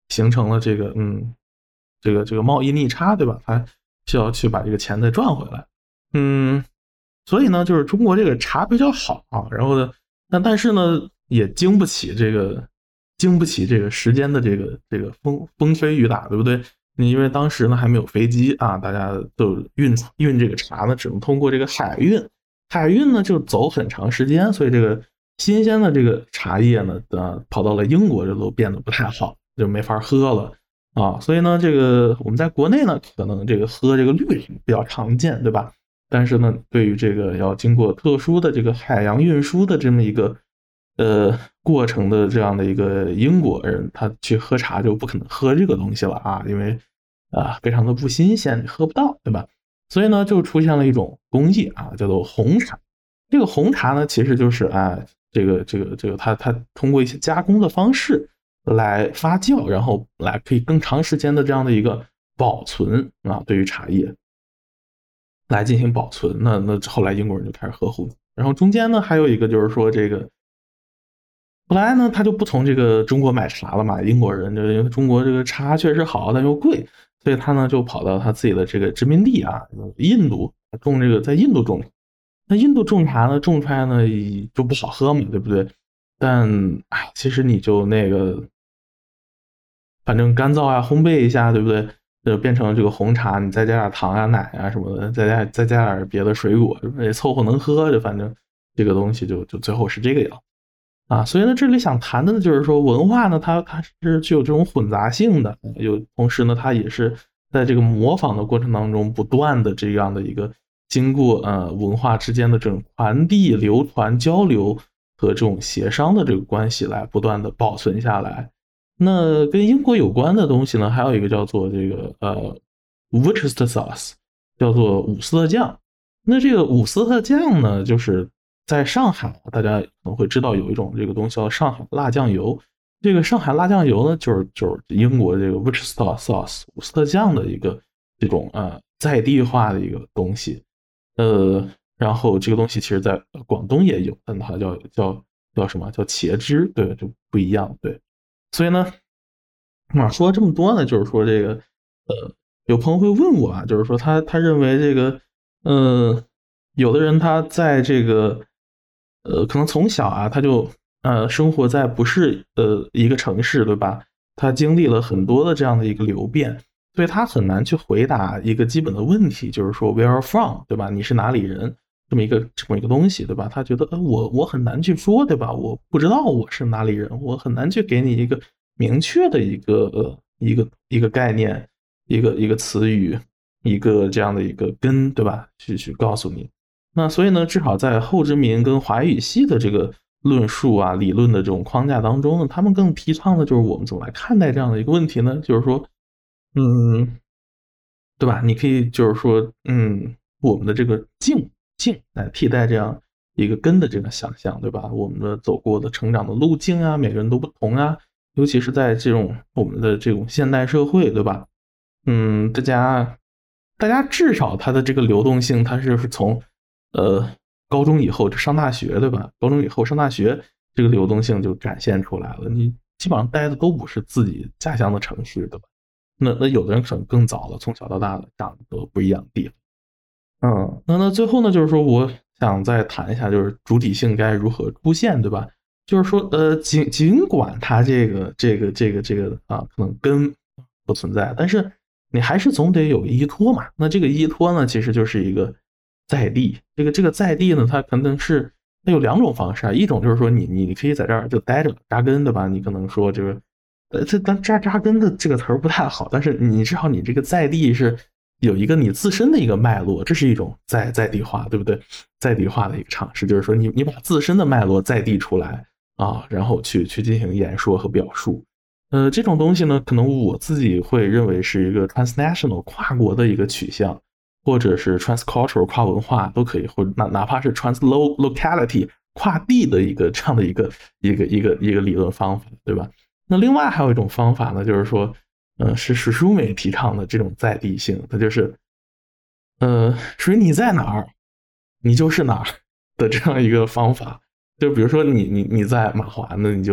形成了这个嗯这个这个贸易逆差，对吧？他需要去把这个钱再赚回来。嗯，所以呢，就是中国这个茶比较好啊，然后呢，但但是呢，也经不起这个经不起这个时间的这个这个风风吹雨打，对不对？你因为当时呢还没有飞机啊，大家都运运这个茶呢，只能通过这个海运，海运呢就走很长时间，所以这个新鲜的这个茶叶呢，呃，跑到了英国，这都变得不太好，就没法喝了啊。所以呢，这个我们在国内呢，可能这个喝这个绿茶比较常见，对吧？但是呢，对于这个要经过特殊的这个海洋运输的这么一个呃过程的这样的一个英国人，他去喝茶就不可能喝这个东西了啊，因为啊非常的不新鲜，喝不到，对吧？所以呢，就出现了一种工艺啊，叫做红茶。这个红茶呢，其实就是啊，这个这个这个它它通过一些加工的方式来发酵，然后来可以更长时间的这样的一个保存啊，对于茶叶。来进行保存，那那后来英国人就开始喝红，然后中间呢还有一个就是说这个，后来呢他就不从这个中国买茶了嘛，英国人就因为中国这个茶确实好，但又贵，所以他呢就跑到他自己的这个殖民地啊，印度种这个在印度种，那印度种茶呢种出来呢就不好喝嘛，对不对？但哎，其实你就那个，反正干燥啊，烘焙一下，对不对？就变成这个红茶，你再加点糖啊、奶啊什么的，再加再加点别的水果，也凑合能喝。就反正这个东西就就最后是这个样啊。所以呢，这里想谈的呢，就是说文化呢，它它是具有这种混杂性的，有同时呢，它也是在这个模仿的过程当中，不断的这样的一个经过呃文化之间的这种传递、流传、交流和这种协商的这个关系来不断的保存下来。那跟英国有关的东西呢，还有一个叫做这个呃 Worcester sauce， 叫做伍斯特酱。那这个伍斯特酱呢，就是在上海，大家可能会知道有一种这个东西叫上海辣酱油。这个上海辣酱油呢，就是就是英国这个 Worcester sauce 伍斯特酱的一个这种呃在地化的一个东西。呃，然后这个东西其实在广东也有，但它叫叫叫什么？叫茄汁，对，就不一样，对。所以呢，啊，说了这么多呢，就是说这个，呃，有朋友会问我啊，就是说他他认为这个，呃，有的人他在这个，呃，可能从小啊，他就呃生活在不是呃一个城市，对吧？他经历了很多的这样的一个流变，所以他很难去回答一个基本的问题，就是说 where from， 对吧？你是哪里人？这么一个这么一个东西，对吧？他觉得呃我我很难去说，对吧？我不知道我是哪里人，我很难去给你一个明确的一个呃一个一个概念，一个一个词语，一个这样的一个根，对吧？去去告诉你。那所以呢，至少在后殖民跟华语系的这个论述啊、理论的这种框架当中呢，他们更提倡的就是我们怎么来看待这样的一个问题呢？就是说，嗯，对吧？你可以就是说，嗯，我们的这个境。境来替代这样一个根的这个想象，对吧？我们的走过的成长的路径啊，每个人都不同啊，尤其是在这种我们的这种现代社会，对吧？嗯，大家大家至少它的这个流动性，它是从呃高中以后就上大学，对吧？高中以后上大学，这个流动性就展现出来了。你基本上待的都不是自己家乡的城市，对吧？那那有的人可能更早了，从小到大的长得都不一样的地方。嗯，那那最后呢，就是说我想再谈一下，就是主体性该如何出现，对吧？就是说，呃，尽尽管它这个这个这个这个啊，可能根不存在，但是你还是总得有依托嘛。那这个依托呢，其实就是一个在地。这个这个在地呢，它可能是它有两种方式啊，一种就是说你你可以在这儿就待着扎根，对吧？你可能说这个，呃，这当扎扎根的这个词儿不太好，但是你至少你这个在地是。有一个你自身的一个脉络，这是一种在在地化，对不对？在地化的一个尝试，就是说你你把自身的脉络在地出来啊，然后去去进行演说和表述。呃，这种东西呢，可能我自己会认为是一个 transnational 跨国的一个取向，或者是 transcultural 跨文化都可以，或哪哪怕是 translocality 跨地的一个这样的一个一个一个一个理论方法，对吧？那另外还有一种方法呢，就是说。呃，是史书美提倡的这种在地性，它就是，呃，属于你在哪儿，你就是哪儿的这样一个方法。就比如说你你你在马华，那你就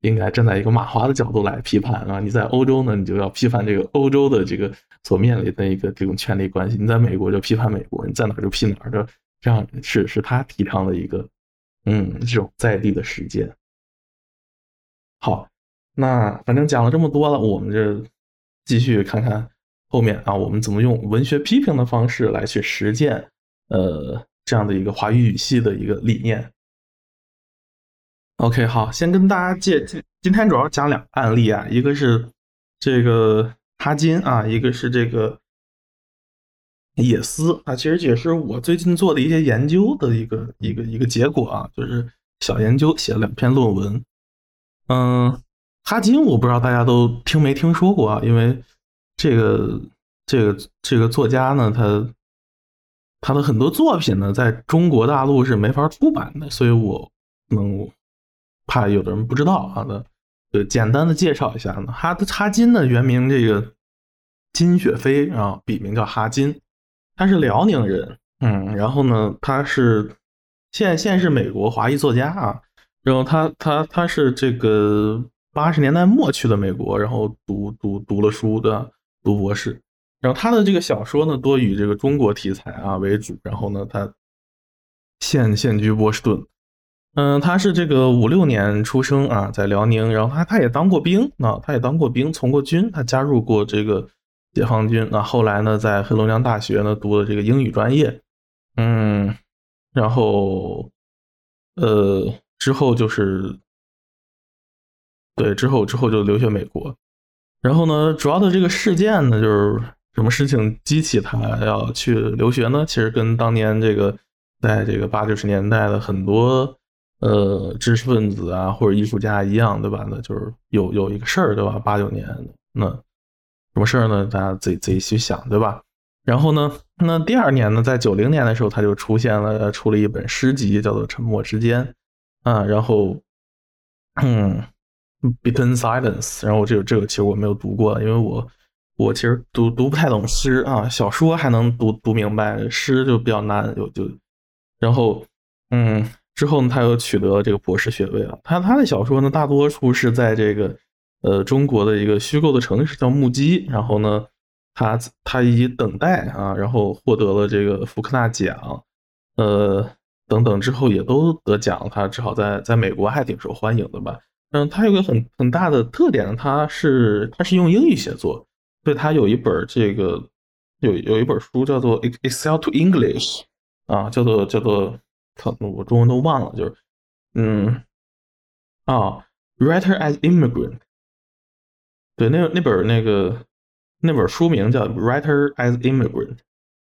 应该站在一个马华的角度来批判啊。你在欧洲呢，你就要批判这个欧洲的这个所面临的一个这种权力关系；你在美国就批判美国，你在哪儿就批哪儿的，这样是是他提倡的一个嗯这种在地的实践。好，那反正讲了这么多了，我们就继续看看后面啊，我们怎么用文学批评的方式来去实践呃这样的一个华语语系的一个理念。OK， 好，先跟大家介，今天主要讲两个案例啊，一个是这个哈金啊，一个是这个野斯啊，其实也是我最近做的一些研究的一个一个一个结果啊，就是小研究写了两篇论文。嗯，哈金我不知道大家都听没听说过啊，因为这个这个这个作家呢，他他的很多作品呢，在中国大陆是没法出版的，所以我能怕有的人不知道啊的，就简单的介绍一下呢。哈哈金的原名这个金雪飞啊，笔名叫哈金，他是辽宁人，嗯，然后呢，他是现现是美国华裔作家啊，然后他他他是这个八十年代末去的美国，然后读读读了书的，读博士。然后他的这个小说呢，多以这个中国题材啊为主，然后呢，他现现居波士顿。嗯，他是这个五六年出生啊，在辽宁，然后他他也当过兵啊，他也当过兵，从过军，他加入过这个解放军。那后来呢，在黑龙江大学呢读了这个英语专业，嗯，然后呃之后就是对之后之后就留学美国，然后呢，主要的这个事件呢，就是什么事情激起他要去留学呢？其实跟当年这个在这个八九十年代的很多。呃，知识分子啊，或者艺术家一样，对吧？那就是有有一个事儿，对吧？八九年，那什么事儿呢？大家自己自己去想，对吧？然后呢，那第二年呢，在九零年的时候，他就出现了，出了一本诗集，叫做《沉默之间》啊。然后，嗯 ，Between Silence， 然后这个这个其实我没有读过，因为我我其实读读不太懂诗啊，小说还能读读明白，诗就比较难，有就然后嗯。之后呢，他又取得了这个博士学位啊。他他的小说呢，大多数是在这个呃中国的一个虚构的城市叫木屐，然后呢，他他以等待啊，然后获得了这个福克纳奖，呃等等之后也都得奖，他至少在在美国还挺受欢迎的吧。嗯，他有个很很大的特点，他是他是用英语写作，所以他有一本这个有有一本书叫做 Excel to English 啊，叫做叫做。我中文都忘了，就是嗯啊 Writer as Immigrant， 对，那那本那个那本书名叫 Writer as Immigrant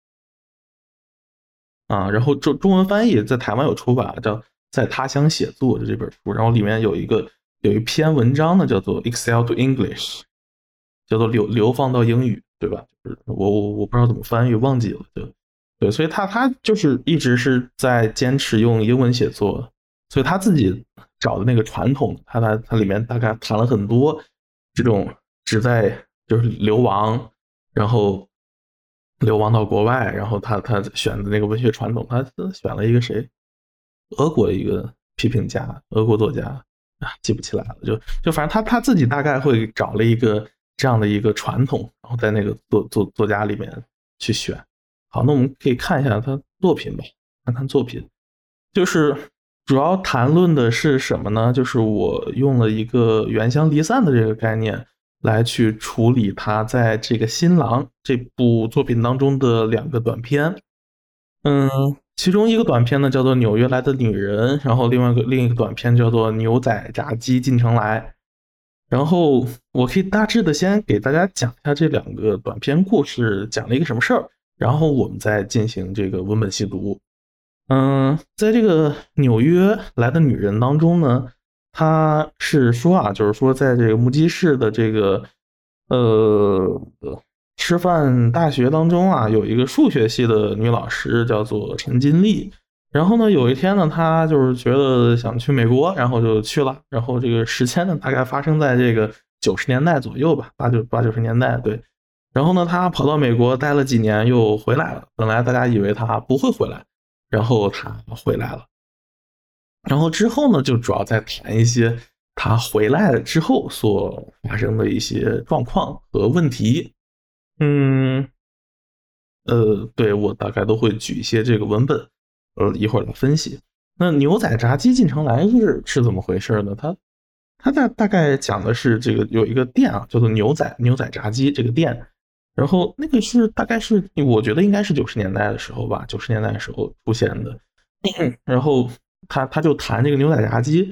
啊，然后中中文翻译在台湾有出版，叫在他乡写作，就这本书，然后里面有一个有一篇文章呢，叫做 Excel to English， 叫做流流放到英语，对吧？就是我我我不知道怎么翻译，忘记了，对。对，所以他他就是一直是在坚持用英文写作，所以他自己找的那个传统，他他他里面大概谈了很多这种只在就是流亡，然后流亡到国外，然后他他选的那个文学传统，他选了一个谁？俄国一个批评家，俄国作家啊，记不起来了，就就反正他他自己大概会找了一个这样的一个传统，然后在那个作作作家里面去选。好，那我们可以看一下他作品吧，看看作品，就是主要谈论的是什么呢？就是我用了一个原乡离散的这个概念来去处理他在这个新郎这部作品当中的两个短片。嗯，其中一个短片呢叫做纽约来的女人，然后另外一个另一个短片叫做牛仔炸鸡进城来。然后我可以大致的先给大家讲一下这两个短片故事讲了一个什么事儿。然后我们再进行这个文本细读。嗯，在这个纽约来的女人当中呢，她是说啊，就是说在这个木屐市的这个呃师范大学当中啊，有一个数学系的女老师叫做陈金丽。然后呢，有一天呢，她就是觉得想去美国，然后就去了。然后这个时间呢，大概发生在这个九十年代左右吧，八九八九十年代，对。然后呢，他跑到美国待了几年，又回来了。本来大家以为他不会回来，然后他回来了。然后之后呢，就主要在谈一些他回来了之后所发生的一些状况和问题。嗯，呃，对，我大概都会举一些这个文本，呃，一会儿来分析。那牛仔炸鸡进城来是是怎么回事呢？它它大大概讲的是这个有一个店啊，叫做牛仔牛仔炸鸡这个店，然后那个是大概是我觉得应该是九十年代的时候吧，九十年代的时候出现的。然后他他就谈这个牛仔炸鸡，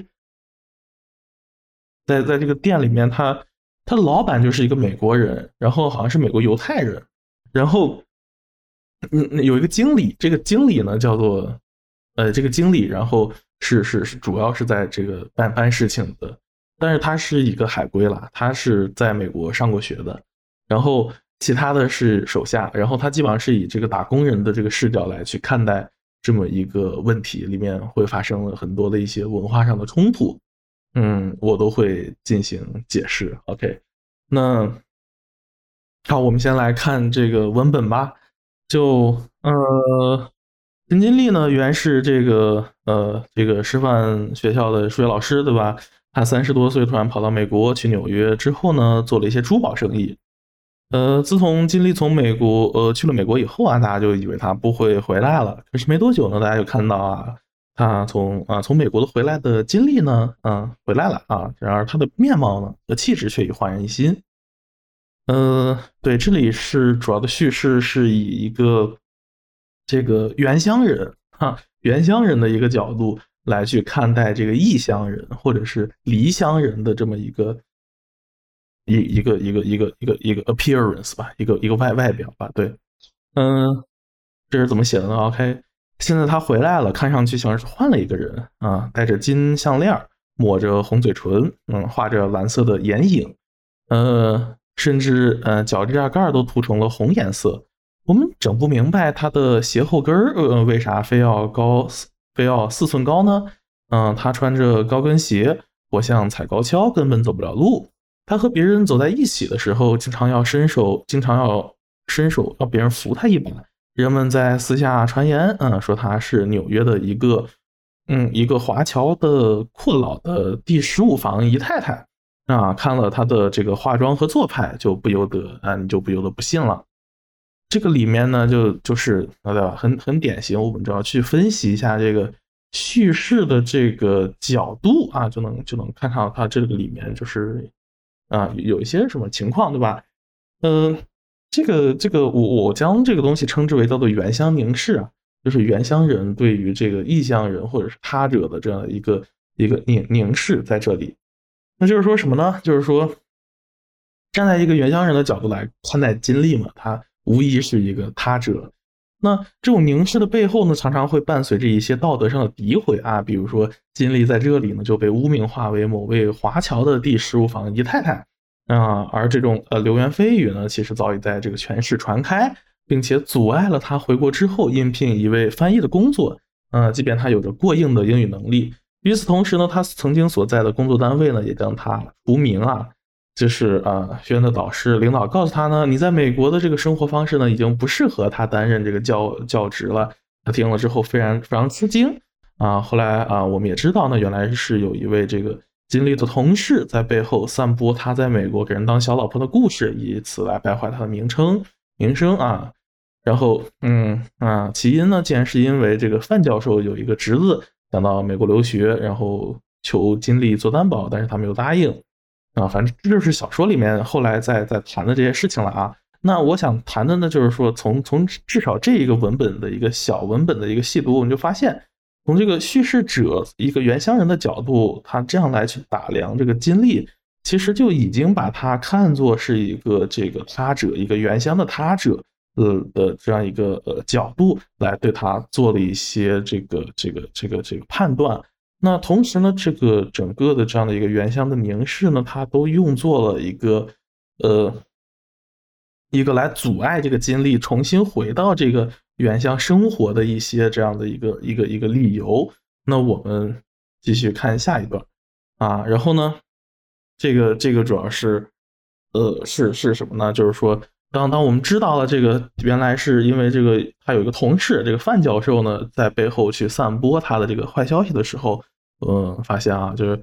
在在这个店里面，他他的老板就是一个美国人，然后好像是美国犹太人，然后嗯有一个经理，这个经理呢叫做呃这个经理，然后是是是主要是在这个办办事情的，但是他是一个海归啦，他是在美国上过学的，然后其他的是手下，然后他基本上是以这个打工人的这个视角来去看待这么一个问题，里面会发生了很多的一些文化上的冲突，嗯，我都会进行解释。OK， 那好，我们先来看这个文本吧。就呃，陈金丽呢，原是这个呃这个师范学校的数学老师，对吧？他三十多岁突然跑到美国去纽约之后呢，做了一些珠宝生意。呃，自从金丽从美国呃去了美国以后啊，大家就以为他不会回来了。可是没多久呢，大家就看到啊，他从啊从美国的回来的金丽呢，嗯，回来了啊。然而他的面貌呢和气质却已焕然一新。呃，对，这里是主要的叙事是以一个这个原乡人哈，原乡人的一个角度来去看待这个异乡人或者是离乡人的这么一个一一个一个一个一个一个 appearance 吧，一个一个外外表吧，对，嗯，这是怎么写的呢 ？OK， 现在他回来了，看上去像是换了一个人啊，戴着金项链，抹着红嘴唇，嗯，画着蓝色的眼影，呃。甚至呃脚指甲盖都涂成了红颜色，我们整不明白他的鞋后跟呃为啥非要高非要四寸高呢？嗯、呃，他穿着高跟鞋，活像踩高跷，根本走不了路。他和别人走在一起的时候，经常要伸手，经常要伸手要别人扶他一把。人们在私下传言，嗯，说他是纽约的一个嗯一个华侨的阔老的第十五房姨太太。啊，看了他的这个化妆和做派，就不由得啊，你就不由得不信了。这个里面呢，就就是对吧，很很典型，我们就要去分析一下这个叙事的这个角度啊，就能就能看到它这个里面就是啊有一些什么情况，对吧？嗯、呃，这个这个我我将这个东西称之为叫做原乡凝视啊，就是原乡人对于这个异乡人或者是他者的这样一个一个凝凝视在这里。那就是说什么呢？就是说，站在一个原乡人的角度来看待金丽嘛，他无疑是一个他者。那这种凝视的背后呢，常常会伴随着一些道德上的诋毁啊，比如说金丽在这里呢就被污名化为某位华侨的第十五房姨太太啊，而这种呃流言蜚语呢，其实早已在这个全市传开，并且阻碍了他回国之后应聘一位翻译的工作。呃，即便他有着过硬的英语能力。与此同时呢，他曾经所在的工作单位呢，也将他除名啊，就是啊，学院的导师领导告诉他呢，你在美国的这个生活方式呢，已经不适合他担任这个教教职了。他听了之后非常非常吃惊啊。后来啊，我们也知道呢，原来是有一位这个金丽的同事在背后散播他在美国给人当小老婆的故事，以此来败坏他的名称名声啊。然后嗯啊，起因呢，竟然是因为这个范教授有一个侄子想到美国留学，然后求金丽做担保，但是他没有答应啊。反正这就是小说里面后来在在谈的这些事情了啊。那我想谈的呢，就是说从从至少这一个文本的一个小文本的一个细读，我们就发现，从这个叙事者一个原乡人的角度，他这样来去打量这个金丽，其实就已经把他看作是一个这个他者，一个原乡的他者。呃的这样一个呃角度来对他做了一些这个这个这个这个判断。那同时呢，这个整个的这样的一个原乡的凝视呢，它都用作了一个呃一个来阻碍这个金丽重新回到这个原乡生活的一些这样的一个一个一个理由。那我们继续看下一段啊，然后呢，这个这个主要是呃是是什么呢？就是说。当当我们知道了这个原来是因为这个他有一个同事，这个范教授呢在背后去散播他的这个坏消息的时候，呃，发现啊，就是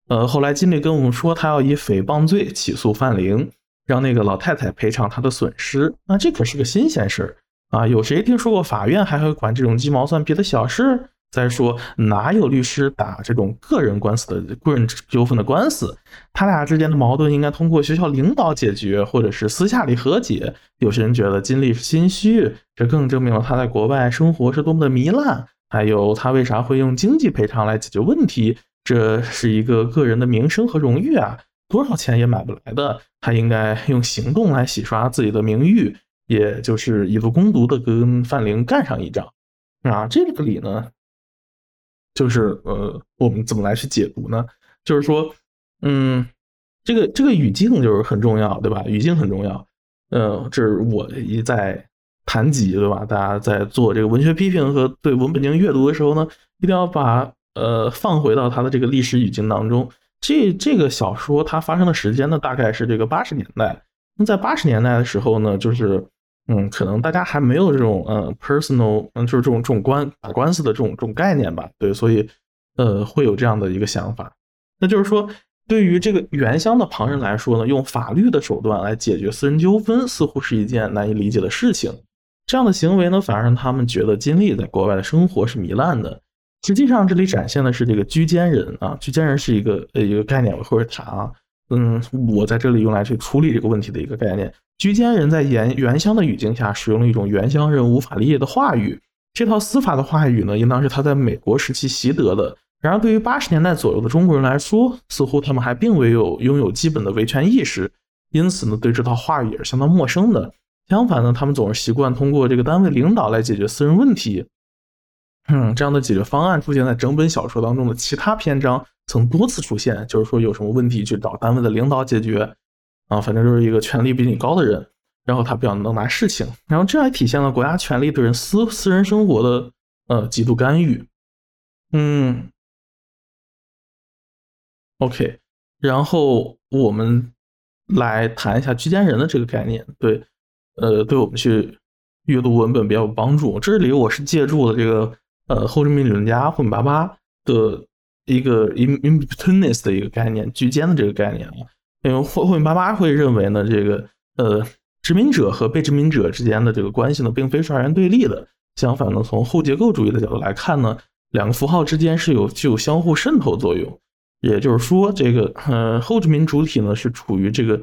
呃，后来金立跟我们说，他要以诽谤罪起诉范玲，让那个老太太赔偿他的损失。那这可是个新鲜事啊！有谁听说过法院还会管这种鸡毛蒜皮的小事？再说，哪有律师打这种个人官司的个人纠纷的官司？他俩之间的矛盾应该通过学校领导解决，或者是私下里和解。有些人觉得金立是心虚，这更证明了他在国外生活是多么的糜烂。还有他为啥会用经济赔偿来解决问题？这是一个个人的名声和荣誉啊，多少钱也买不来的。他应该用行动来洗刷自己的名誉，也就是以毒攻毒的跟范玲干上一仗啊。这个理呢，就是呃，我们怎么来去解读呢？就是说，嗯，这个这个语境就是很重要，对吧？语境很重要。呃，这是我一在谈及，对吧？大家在做这个文学批评和对文本进行阅读的时候呢，一定要把呃放回到它的这个历史语境当中。这这个小说它发生的时间呢，大概是这个八十年代。那在八十年代的时候呢，就是嗯，可能大家还没有这种呃 personal， 嗯，就是这种这种官打官司的这种这种概念吧，对，所以呃会有这样的一个想法。那就是说，对于这个原乡的旁人来说呢，用法律的手段来解决私人纠纷，似乎是一件难以理解的事情。这样的行为呢，反而让他们觉得金立在国外的生活是糜烂的。实际上，这里展现的是这个居间人啊，居间人是一个呃一个概念，我会谈啊。嗯，我在这里用来去处理这个问题的一个概念。居间人在原原乡的语境下使用了一种原乡人无法理解的话语，这套司法的话语呢，应当是他在美国时期习得的。然而对于八十年代左右的中国人来说，似乎他们还并未有拥有基本的维权意识，因此呢，对这套话语也是相当陌生的。相反呢，他们总是习惯通过这个单位领导来解决私人问题。嗯，这样的解决方案出现在整本小说当中的其他篇章曾多次出现，就是说有什么问题去找单位的领导解决啊，反正就是一个权力比你高的人，然后他比较能拿事情，然后这还体现了国家权力对人私私人生活的呃极度干预。嗯 OK， 然后我们来谈一下居间人的这个概念，对，呃，对我们去阅读文本比较有帮助。这里我是借助了这个呃后殖民理论家霍米巴巴的一个 in-betweenness 的一个概念，居间的这个概念啊。因为霍米巴巴会认为呢，这个呃殖民者和被殖民者之间的这个关系呢，并非是二元对立的。相反呢，从后结构主义的角度来看呢，两个符号之间是有具有相互渗透作用。也就是说，这个呃后殖民主体呢是处于这个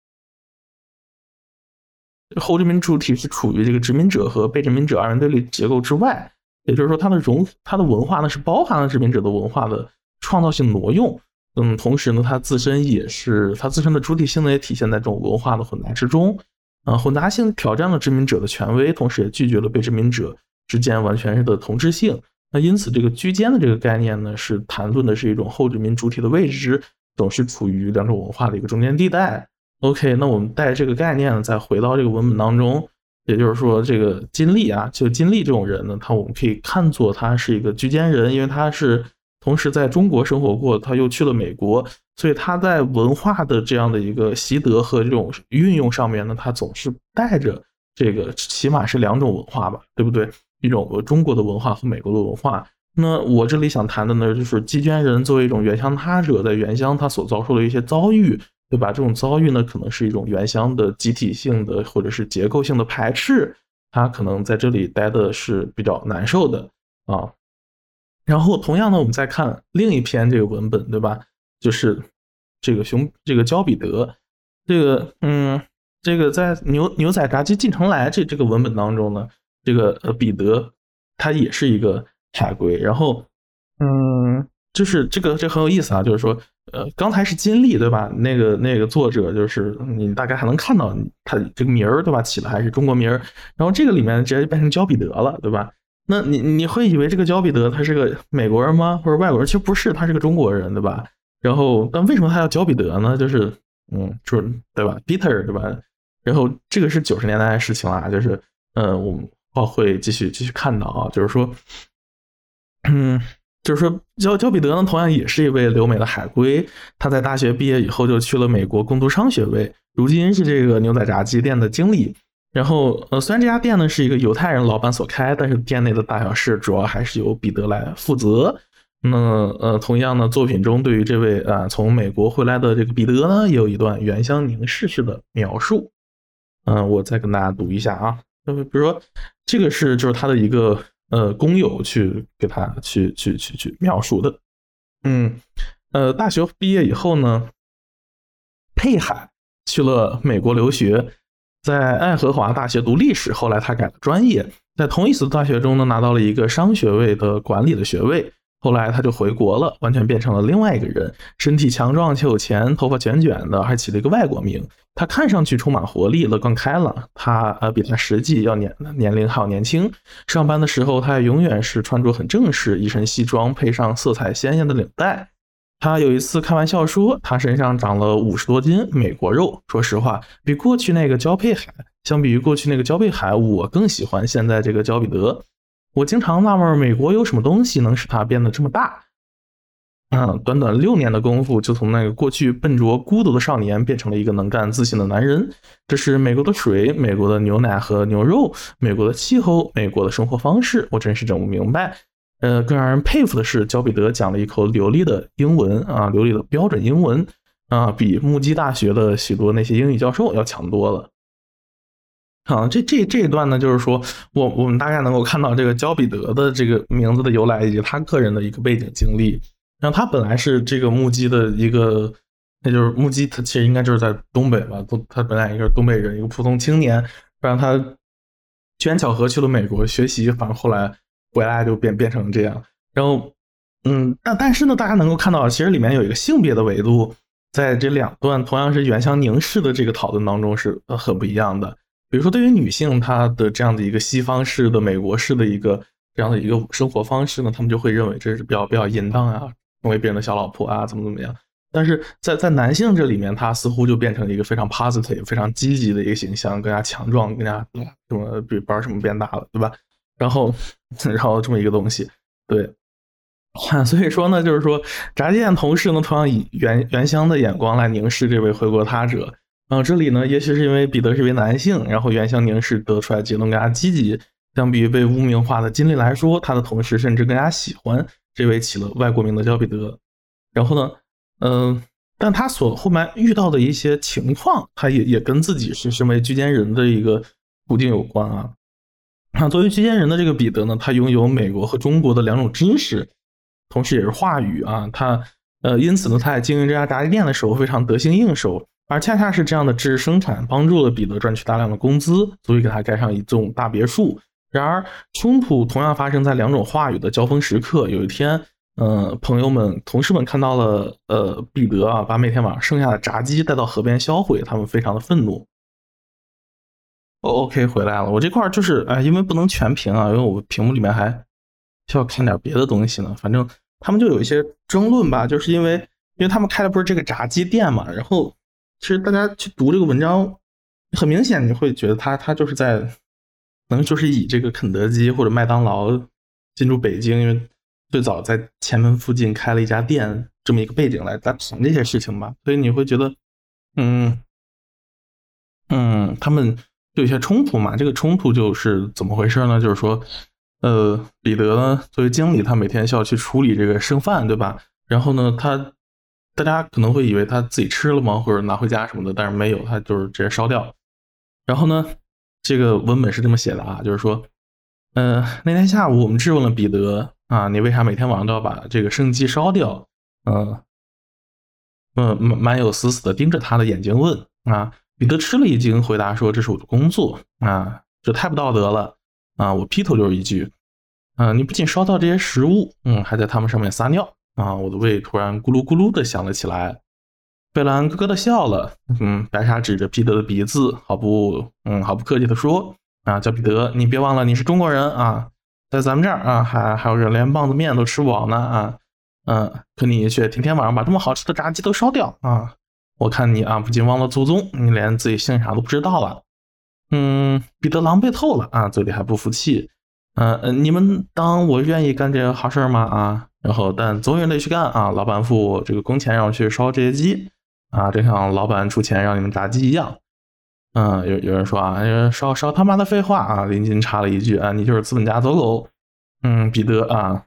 后殖民主体是处于这个殖民者和被殖民者二元对立结构之外。也就是说，它的融它的文化呢是包含了殖民者的文化的创造性挪用。嗯，同时呢，它自身也是它自身的主体性呢也体现在这种文化的混杂之中。呃，混杂性挑战了殖民者的权威，同时也拒绝了被殖民者之间完全的同质性。那因此，这个居间的这个概念呢，是谈论的是一种后殖民主体的位置总是处于两种文化的一个中间地带。OK， 那我们带这个概念呢，再回到这个文本当中，也就是说，这个金立啊，就金立这种人呢，他我们可以看作他是一个居间人，因为他是同时在中国生活过，他又去了美国，所以他在文化的这样的一个习得和这种运用上面呢，他总是带着这个起码是两种文化吧，对不对？一种中国的文化和美国的文化。那我这里想谈的呢，就是居间人作为一种原乡他者，在原乡他所遭受的一些遭遇，对吧？这种遭遇呢，可能是一种原乡的集体性的或者是结构性的排斥，他可能在这里待的是比较难受的啊。然后同样呢，我们再看另一篇这个文本，对吧？就是这个熊这个焦彼得，这个嗯，这个在牛牛仔炸鸡进城来这这个文本当中呢，这个呃彼得他也是一个海归，然后嗯，就是这个这很有意思啊，就是说呃刚才是金立对吧？那个那个作者就是你大概还能看到他这个名儿对吧？起的还是中国名儿，然后这个里面直接变成焦彼得了，对吧？那你你会以为这个焦彼得他是个美国人吗？或者外国人？其实不是，他是个中国人，对吧？然后但为什么他叫焦彼得呢？就是嗯，就是对吧 ？Peter 对吧？然后这个是九十年代的事情啦，就是呃，我们会继续继续看到啊，就是说，嗯，就是说焦焦彼得呢，同样也是一位留美的海归，他在大学毕业以后就去了美国攻读商学位，如今是这个牛仔炸鸡店的经理。然后呃，虽然这家店呢是一个犹太人老板所开，但是店内的大小事主要还是由彼得来负责。 那呃，同样呢，作品中对于这位啊从美国回来的这个彼得呢，也有一段原乡凝视式的描述。嗯、呃，我再跟大家读一下啊，比如说这个是就是他的一个呃工友去给他去去去去描述的。嗯，呃，大学毕业以后呢，佩海去了美国留学，在爱荷华大学读历史，后来他改了专业，在同一所大学中呢拿到了一个商学位的管理的学位。后来他就回国了，完全变成了另外一个人，身体强壮且有钱，头发卷卷的，还起了一个外国名。他看上去充满活力，乐观开朗。他呃比他实际要年年龄还要年轻。上班的时候，他永远是穿着很正式，一身西装配上色彩鲜艳的领带。他有一次开玩笑说，他身上长了五十多斤美国肉。说实话，比过去那个焦佩海，相比于过去那个焦佩海，我更喜欢现在这个焦彼得。我经常纳闷美国有什么东西能使他变得这么大。嗯，短短六年的功夫，就从那个过去笨拙孤独的少年变成了一个能干自信的男人。这是美国的水，美国的牛奶和牛肉，美国的气候，美国的生活方式，我真是整不明白。呃，更让人佩服的是，焦彼得讲了一口流利的英文啊，流利的标准英文啊，比木基大学的许多那些英语教授要强多了。啊，这这这一段呢，就是说我我们大概能够看到这个焦彼得的这个名字的由来，以及他个人的一个背景经历。然后他本来是这个木基的一个，那就是木基，他其实应该就是在东北吧，他本来一个东北人，一个普通青年，让他机缘巧合去了美国学习，反正后来回来就变变成这样。然后，嗯，但但是呢，大家能够看到，其实里面有一个性别的维度，在这两段同样是原乡凝视的这个讨论当中是很不一样的。比如说对于女性，她的这样的一个西方式的美国式的一个这样的一个生活方式呢，他们就会认为这是比较比较淫荡啊，成为别人的小老婆啊，怎么怎么样。但是在在男性这里面，他似乎就变成一个非常 positive 非常积极的一个形象，更加强壮，更加什么比班什么变大了，对吧？然后然后这么一个东西，对。所以说呢，就是说炸鸡店同事呢，同样以原原乡的眼光来凝视这位回国他者。然后这里呢，也许是因为彼得是一位男性，然后原乡凝视得出来结论更加积极。相比于被污名化的金利来说，他的同事甚至更加喜欢这位起了外国名的焦彼得。然后呢，嗯、呃，但他所后面遇到的一些情况，他也也跟自己是身为居间人的一个途径有关啊。那作为居间人的这个彼得呢，他拥有美国和中国的两种知识，同时也是话语啊。他呃，因此呢，他在经营这家炸鸡店的时候非常得心应手。而恰恰是这样的知识生产帮助了彼得赚取大量的工资，足以给他盖上一栋大别墅。然而冲突同样发生在两种话语的交锋时刻。有一天呃，朋友们同事们看到了呃彼得啊把每天晚上剩下的炸鸡带到河边销毁，他们非常的愤怒。OK 回来了，我这块就是哎，因为不能全屏啊，因为我屏幕里面还需要看点别的东西呢。反正他们就有一些争论吧，就是因为因为他们开的不是这个炸鸡店嘛，然后其实大家去读这个文章，很明显你会觉得他他就是在，可能就是以这个肯德基或者麦当劳进驻北京，因为最早在前门附近开了一家店这么一个背景来谈这些事情吧，所以你会觉得，嗯嗯，他们就有些冲突嘛。这个冲突就是怎么回事呢？就是说，呃，彼得呢作为经理，他每天需要去处理这个剩饭，对吧？然后呢，他。大家可能会以为他自己吃了吗，或者拿回家什么的，但是没有，他就是直接烧掉。然后呢，这个文本是这么写的啊，就是说，呃，那天下午我们质问了彼得啊，你为啥每天晚上都要把这个生鸡烧掉？嗯、呃，嗯，蛮有死死的盯着他的眼睛问啊。彼得吃了一惊，回答说：“这是我的工作啊，这太不道德了啊！”我劈头就是一句，啊，你不仅烧掉这些食物，嗯，还在他们上面撒尿。啊！我的胃突然咕噜咕噜的响了起来。贝兰咯咯的笑了，嗯，白傻指着彼得的鼻子，毫不，嗯，毫不客气的说：“啊，叫彼得，你别忘了你是中国人啊，在咱们这儿啊，还还有人连棒子面都吃不饱呢啊，嗯，可你却天天晚上把这么好吃的炸鸡都烧掉啊！我看你啊，不仅忘了祖宗，你连自己姓啥都不知道了。”嗯，彼得狼狈透了啊，嘴里还不服气。嗯、呃，你们当我愿意干这个好事吗？啊？然后但总有人得去干啊，老板付我这个工钱让我去烧这些鸡啊，就像老板出钱让你们炸鸡一样。嗯，有有人说啊，烧烧他妈的废话啊！林金插了一句啊，你就是资本家走狗。嗯，彼得啊，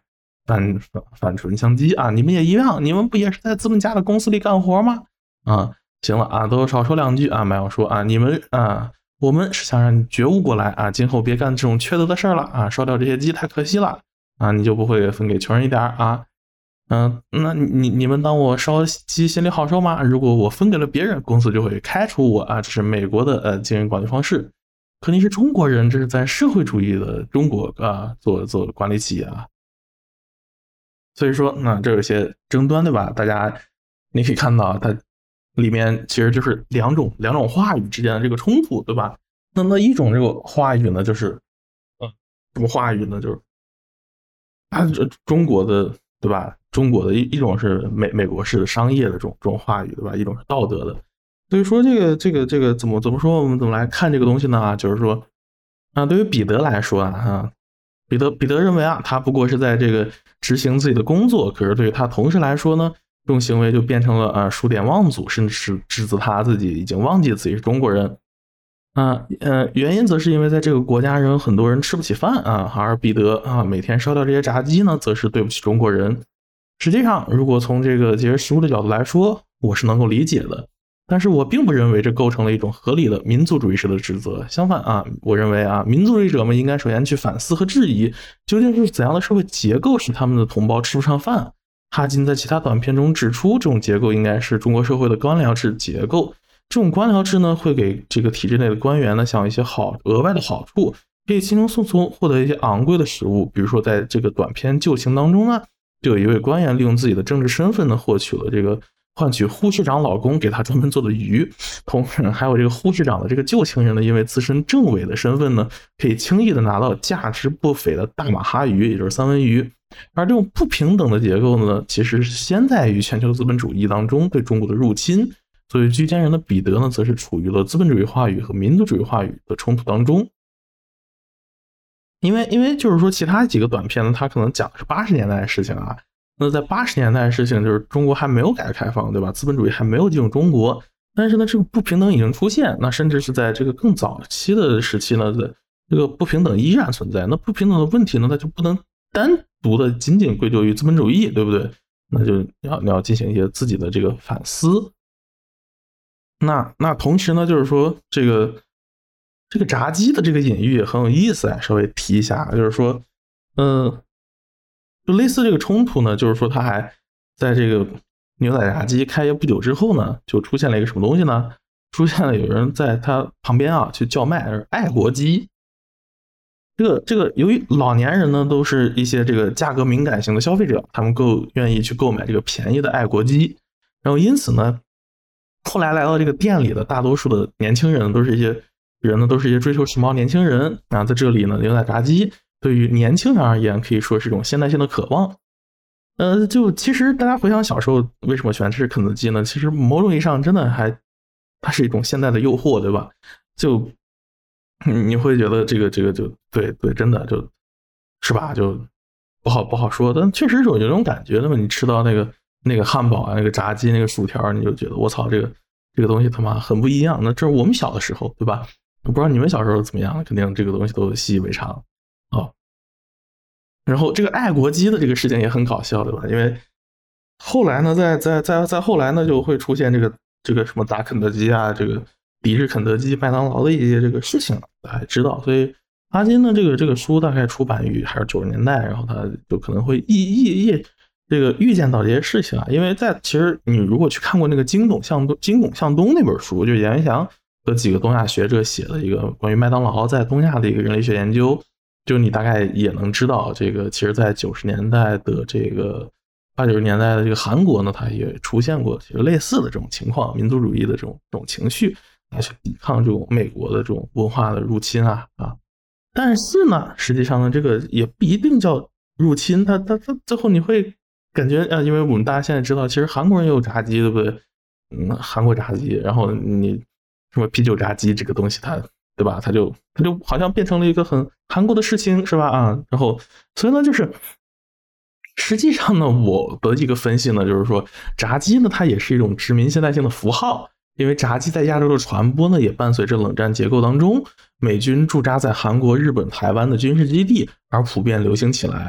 反反反唇相讥啊，你们也一样，你们不也是在资本家的公司里干活吗？啊，行了啊，都少说两句啊，麦王说啊，你们啊，我们是想让你觉悟过来啊，今后别干这种缺德的事儿了啊，烧掉这些鸡太可惜了啊，你就不会分给穷人一点啊。嗯，那你你们当我烧鸡心里好受吗？如果我分给了别人，公司就会开除我啊，这是美国的呃经营管理方式。可你是中国人，这是在社会主义的中国啊做做管理企业啊。所以说，那这有些争端对吧？大家你可以看到，它里面其实就是两种两种话语之间的这个冲突，对吧？那那一种这个话语呢，就是呃什么话语呢？就是啊，这中国的对吧？中国的一一种是美美国式的商业的这种这种话语，对吧？一种是道德的。所以说这个这个这个怎么怎么说？我们怎么来看这个东西呢？就是说啊，对于彼得来说啊，啊彼得彼得认为啊，他不过是在这个执行自己的工作，可是对于他同事来说呢，这种行为就变成了啊数典忘祖，甚至是指责他自己已经忘记自己是中国人。啊，呃，原因则是因为在这个国家人很多人吃不起饭啊，而彼得啊每天烧掉这些炸鸡呢，则是对不起中国人。实际上，如果从这个节约食物的角度来说，我是能够理解的，但是我并不认为这构成了一种合理的民族主义式的指责。相反啊，我认为啊，民族主义者们应该首先去反思和质疑，究竟是怎样的社会结构使他们的同胞吃不上饭。哈金在其他短片中指出，这种结构应该是中国社会的官僚制结构。这种官僚制呢，会给这个体制内的官员呢，享一些好额外的好处，可以轻轻松松获得一些昂贵的食物。比如说，在这个短片旧情当中呢，就有一位官员利用自己的政治身份呢，获取了这个换取护士长老公给他专门做的鱼。同时还有这个护士长的这个旧情人呢，因为自身政委的身份呢，可以轻易的拿到价值不菲的大马哈鱼，也就是三文鱼。而这种不平等的结构呢，其实是先在于全球资本主义当中对中国的入侵。作为居间人的彼得呢，则是处于了资本主义话语和民族主义话语的冲突当中。因为因为就是说，其他几个短片呢，它可能讲的是八十年代的事情啊。那在八十年代的事情，就是中国还没有改革开放，对吧？资本主义还没有进入中国，但是呢，这个不平等已经出现。那甚至是在这个更早期的时期呢，这个不平等依然存在。那不平等的问题呢，它就不能单独的仅仅归咎于资本主义，对不对？那就你要你要进行一些自己的这个反思。那那同时呢，就是说这个这个炸鸡的这个隐喻也很有意思啊，稍微提一下，就是说，呃，就类似这个冲突呢，就是说他还在这个牛仔炸鸡开业不久之后呢，就出现了一个什么东西呢？出现了有人在他旁边啊去叫卖爱国鸡。这个这个由于老年人呢都是一些这个价格敏感型的消费者，他们够愿意去购买这个便宜的爱国鸡，然后因此呢。后来来到这个店里的大多数的年轻人都是一些人呢，都是一些追求时髦年轻人啊。在这里呢，牛仔炸鸡对于年轻人而言可以说是一种现代性的渴望。呃，就其实大家回想小时候为什么喜欢吃肯德基呢？其实某种意义上真的还它是一种现代的诱惑，对吧？就你会觉得这个这个就对对，真的就是吧，就不好不好说，但确实是有这种感觉。那么你吃到那个。那个汉堡啊，那个炸鸡，那个薯条，你就觉得我操，这个这个东西他妈很不一样。那这是我们小的时候，对吧？我不知道你们小时候怎么样，肯定这个东西都习以为常啊、哦。然后这个爱国鸡的这个事情也很搞笑，对吧？因为后来呢，在在在在后来呢，就会出现这个这个什么打肯德基啊，这个抵制肯德基、麦当劳的一些这个事情，大家知道。所以哈金的这个这个书大概出版于还是九十年代，然后他就可能会一一一。这个预见到这些事情啊，因为在其实你如果去看过那个金董向东金董向东那本书，就严元祥和几个东亚学者写的一个关于麦当劳在东亚的一个人类学研究，就你大概也能知道，这个其实在九十年代的这个八九十年代的这个韩国呢，它也出现过其实类似的这种情况，民族主义的这种这种情绪来去抵抗这种美国的这种文化的入侵啊啊。但是呢，实际上呢，这个也不一定叫入侵，它它它最后你会。感觉啊，因为我们大家现在知道，其实韩国人也有炸鸡，对不对？嗯，韩国炸鸡，然后你什么啤酒炸鸡这个东西它，它对吧？它就它就好像变成了一个很韩国的事情，是吧？啊，然后所以呢，就是实际上呢，我的一个分析呢，就是说炸鸡呢，它也是一种殖民现代性的符号，因为炸鸡在亚洲的传播呢，也伴随着冷战结构当中美军驻扎在韩国、日本、台湾的军事基地而普遍流行起来。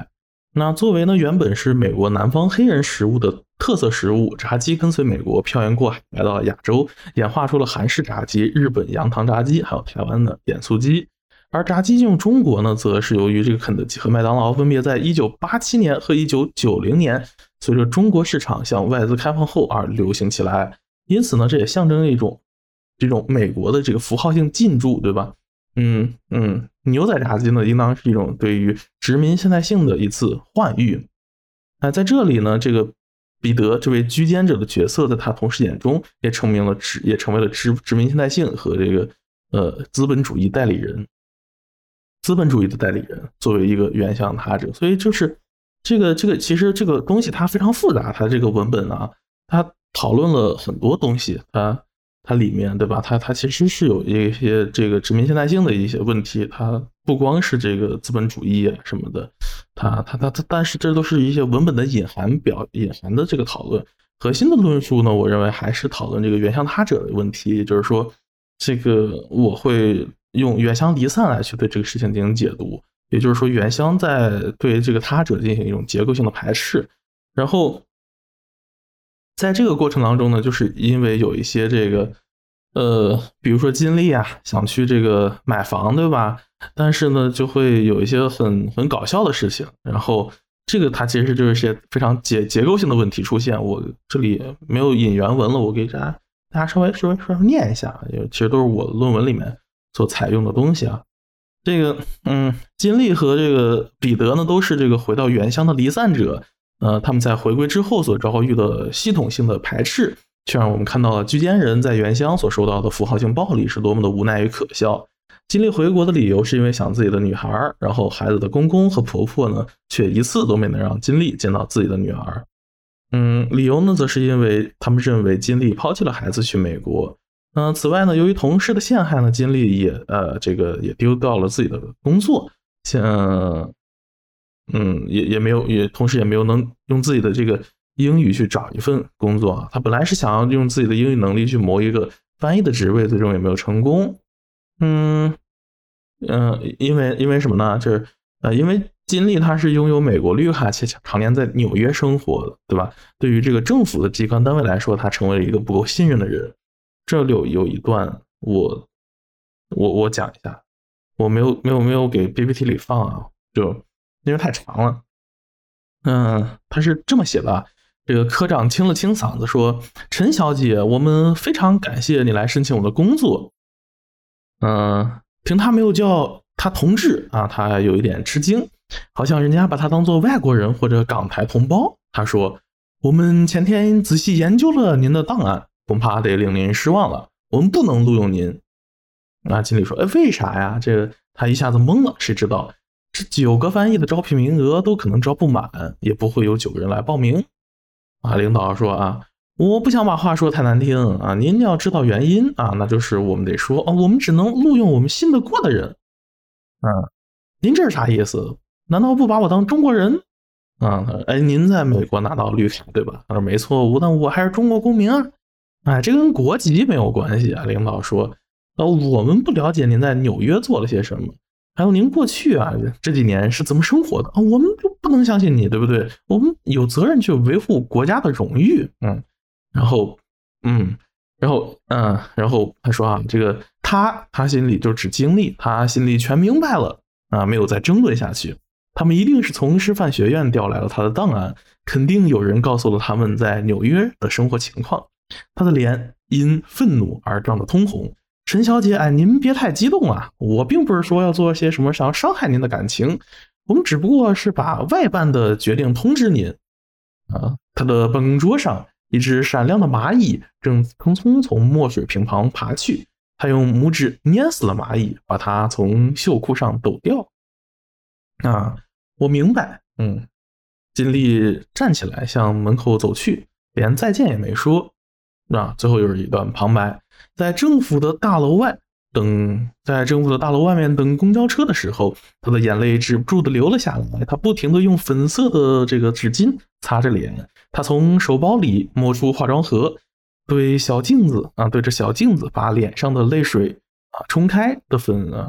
那作为呢原本是美国南方黑人食物的特色食物，炸鸡跟随美国漂洋过海来到亚洲，演化出了韩式炸鸡、日本羊汤炸鸡，还有台湾的盐酥鸡。而炸鸡进入中国呢，则是由于这个肯德基和麦当劳分别在一九八七年和一九九零年随着中国市场向外资开放后而流行起来。因此呢，这也象征了一种这种美国的这个符号性进驻，对吧？嗯嗯，牛仔炸鸡呢，应当是一种对于殖民现代性的一次换喻。那在这里呢，这个彼得这位居间者的角色，在他同事眼中也成名了，也成为了殖殖民现代性和这个呃资本主义代理人。资本主义的代理人作为一个原乡他者，所以就是这个这个其实这个东西它非常复杂，它这个文本啊，它讨论了很多东西，它它里面对吧？它它其实是有一些这个殖民现代性的一些问题，它不光是这个资本主义啊什么的，它它它它，但是这都是一些文本的隐含表隐含的这个讨论。核心的论述呢，我认为还是讨论这个原乡他者的问题，也就是说，这个我会用原乡离散来去对这个事情进行解读，也就是说原乡在对这个他者进行一种结构性的排斥。然后在这个过程当中呢，就是因为有一些这个呃比如说金利啊想去这个买房，对吧？但是呢就会有一些很很搞笑的事情，然后这个它其实就是一些非常结结构性的问题出现。我这里没有引原文了，我给大家大家稍微稍微稍微念一下，其实都是我论文里面所采用的东西啊。这个嗯，金利和这个彼得呢，都是这个回到原乡的离散者，呃，他们在回归之后所遭遇的系统性的排斥，却让我们看到了居间人在原乡所受到的符号性暴力是多么的无奈与可笑。金利回国的理由是因为想自己的女孩，然后孩子的公公和婆婆呢，却一次都没能让金利见到自己的女儿。嗯，理由呢，则是因为他们认为金利抛弃了孩子去美国。嗯、呃，此外呢，由于同事的陷害呢，金利也呃这个也丢掉了自己的工作，像嗯也也没有也同时也没有能用自己的这个英语去找一份工作啊。他本来是想要用自己的英语能力去谋一个翻译的职位，最终也没有成功。嗯嗯、呃，因为因为什么呢？就是呃因为金利他是拥有美国绿卡且常年在纽约生活的，对吧？对于这个政府的机关单位来说，他成为了一个不够信任的人。这里有有一段我我我讲一下，我没有没有没有给 P P T 里放啊，就因为太长了。嗯，他是这么写的，这个科长清了清嗓子说：“陈小姐，我们非常感谢你来申请我的工作。”嗯，听他没有叫他同志啊，他有一点吃惊，好像人家把他当做外国人或者港台同胞。他说：“我们前天仔细研究了您的档案，恐怕得令您失望了，我们不能录用您。”啊，经理说：“哎，为啥呀？”这个他一下子懵了，谁知道这九个翻译的招聘名额都可能招不满，也不会有九个人来报名。啊，领导说啊，我不想把话说太难听啊，您要知道原因啊，那就是我们得说哦，我们只能录用我们信得过的人。嗯，您这是啥意思？难道不把我当中国人？啊，哎，您在美国拿到绿卡对吧？他说没错，但我还是中国公民啊。哎，这跟国籍没有关系啊。领导说，呃，我们不了解您在纽约做了些什么，还有您过去啊这几年是怎么生活的啊，我们就不能相信你，对不对？我们有责任去维护国家的荣誉。嗯，然后，嗯，然后，嗯，然后他说啊，这个他他心里就只经历，他心里全明白了啊，没有再争论下去。他们一定是从师范学院调来了他的档案，肯定有人告诉了他们在纽约的生活情况。他的脸因愤怒而涨得通红。陈小姐，哎，您别太激动啊！我并不是说要做些什么想要伤害您的感情，我们只不过是把外办的决定通知您。啊，他的办公桌上一只闪亮的蚂蚁正匆匆从墨水瓶旁爬去，他用拇指捏死了蚂蚁，把它从袖裤上抖掉。啊，我明白。嗯，金利站起来向门口走去，连再见也没说。啊，最后又是一段旁白。在政府的大楼外等，在政府的大楼外面等公交车的时候，他的眼泪止不住的流了下来。他不停的用粉色的这个纸巾擦着脸。他从手包里摸出化妆盒，对小镜子啊，对着小镜子把脸上的泪水啊冲开的粉啊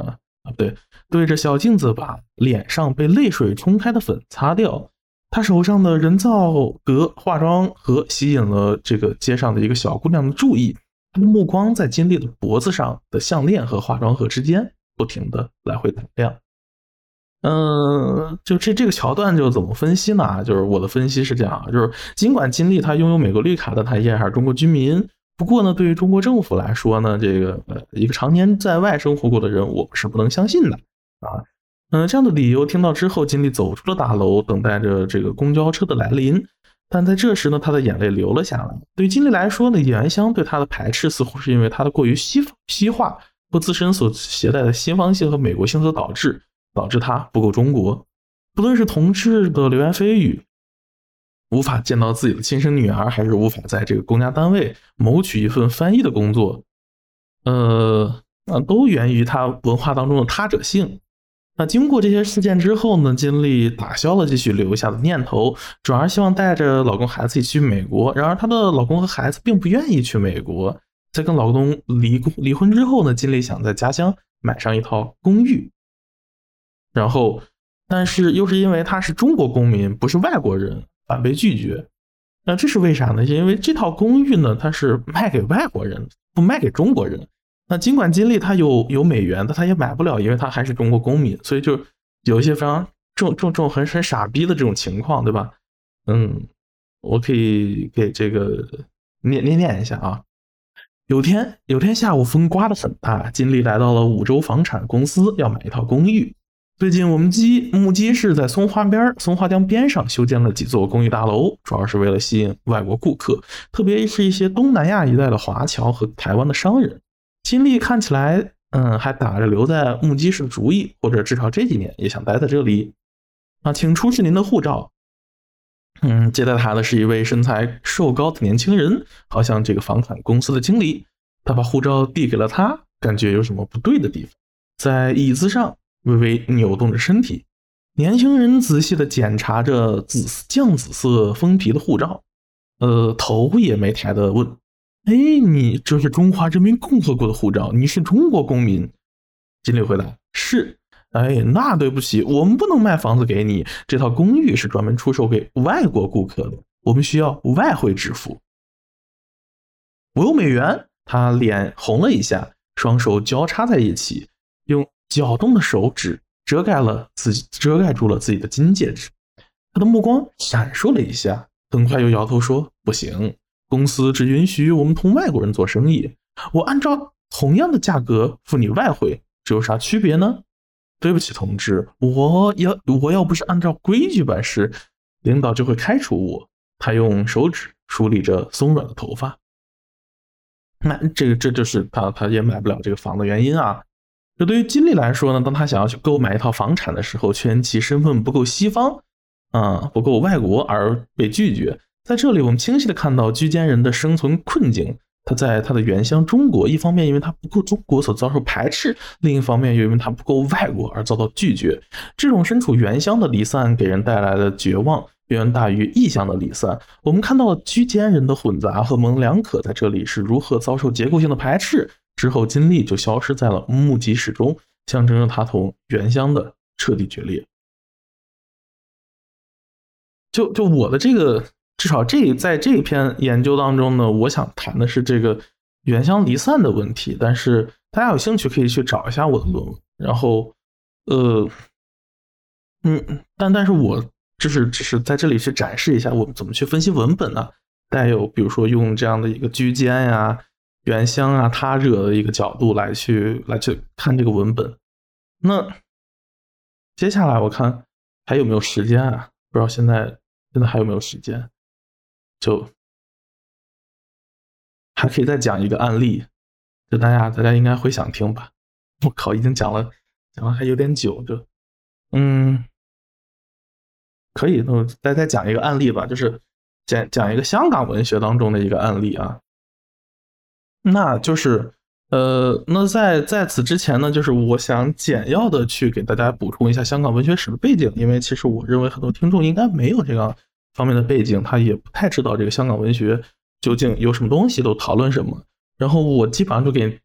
不对，对着小镜子把脸上被泪水冲开的粉擦掉。他手上的人造革化妆盒吸引了这个街上的一个小姑娘的注意，她的目光在金丽的脖子上的项链和化妆盒之间不停的来回打量。嗯，就这这个桥段就怎么分析呢？就是我的分析是这样，就是尽管金丽她拥有美国绿卡的，她依然还是中国居民。不过呢，对于中国政府来说呢，这个呃一个常年在外生活过的人，我是不能相信的啊。嗯、呃，这样的理由听到之后，金丽走出了大楼，等待着这个公交车的来临。但在这时呢，她的眼泪流了下来。对于金丽来说呢，原乡对她的排斥似乎是因为她的过于西西化或自身所携带的西方性和美国性所导致。导致他不够中国。不论是同志的流言蜚语，无法见到自己的亲生女儿，还是无法在这个公家单位谋取一份翻译的工作，呃，都源于他文化当中的他者性。那经过这些事件之后呢，金丽打消了继续留下的念头，转而希望带着老公孩子一起去美国。然而她的老公和孩子并不愿意去美国。在跟老公离离婚之后呢，金丽想在家乡买上一套公寓。然后但是又是因为他是中国公民不是外国人，反被拒绝。那这是为啥呢？因为这套公寓呢，它是卖给外国人，不卖给中国人。那尽管金丽他有有美元，但他也买不了，因为他还是中国公民。所以就有一些非常这种这种这种很很傻逼的这种情况，对吧？嗯，我可以给这个念念念一下啊。有天有天下午风刮得很大，金丽来到了五洲房产公司，要买一套公寓。最近我们基木基市在松花边松花江边上修建了几座公寓大楼，主要是为了吸引外国顾客，特别是一些东南亚一带的华侨和台湾的商人。金丽看起来嗯，还打着留在木基市的主意，或者至少这几年也想待在这里啊，请出示您的护照。嗯，接待他的是一位身材瘦高的年轻人，好像这个房产公司的经理。他把护照递给了他，感觉有什么不对的地方，在椅子上微微扭动着身体。年轻人仔细地检查着紫酱紫色封皮的护照，呃，头也没抬地问：哎，你这是中华人民共和国的护照，你是中国公民？金丽回答：是。哎，那对不起，我们不能卖房子给你，这套公寓是专门出售给外国顾客的，我们需要外汇支付。我有美元。他脸红了一下，双手交叉在一起，用搅动的手指遮盖了自己，遮盖住了自己的金戒指。他的目光闪烁了一下，很快又摇头说：不行，公司只允许我们同外国人做生意，我按照同样的价格付你外汇，这有啥区别呢？对不起同志，我要我要不是按照规矩办事，领导就会开除我。他用手指梳理着松软的头发。那这个这就是他他也买不了这个房的原因啊。这对于金丽来说呢，当他想要去购买一套房产的时候，却因其身份不够西方啊，不够外国而被拒绝。在这里我们清晰地看到居间人的生存困境。他在他的原乡中国，一方面因为他不够中国所遭受排斥，另一方面又因为他不够外国而遭到拒绝。这种身处原乡的离散给人带来的绝望远远大于异乡的离散。我们看到居间人的混杂和模棱两可在这里是如何遭受结构性的排斥，之后金丽就消失在了目击室中，象征着他同原乡的彻底决裂。就就我的这个至少这在这一篇研究当中呢，我想谈的是这个原乡离散的问题，但是大家有兴趣可以去找一下我的论文。然后呃嗯但但是我就是只是在这里去展示一下我们怎么去分析文本呢、啊？带有比如说用这样的一个居间呀、原乡啊、他者的一个角度来去来去看这个文本。那接下来我看还有没有时间啊？不知道现在现在还有没有时间？就还可以再讲一个案例，就大家大家应该会想听吧。我靠，已经讲了讲了还有点久，就嗯，可以，那我再再讲一个案例吧，就是讲讲一个香港文学当中的一个案例啊。那就是呃，那在在此之前呢，就是我想简要的去给大家补充一下香港文学史的背景，因为其实我认为很多听众应该没有这个方面的背景，他也不太知道这个香港文学究竟有什么东西，都讨论什么。然后我基本上就给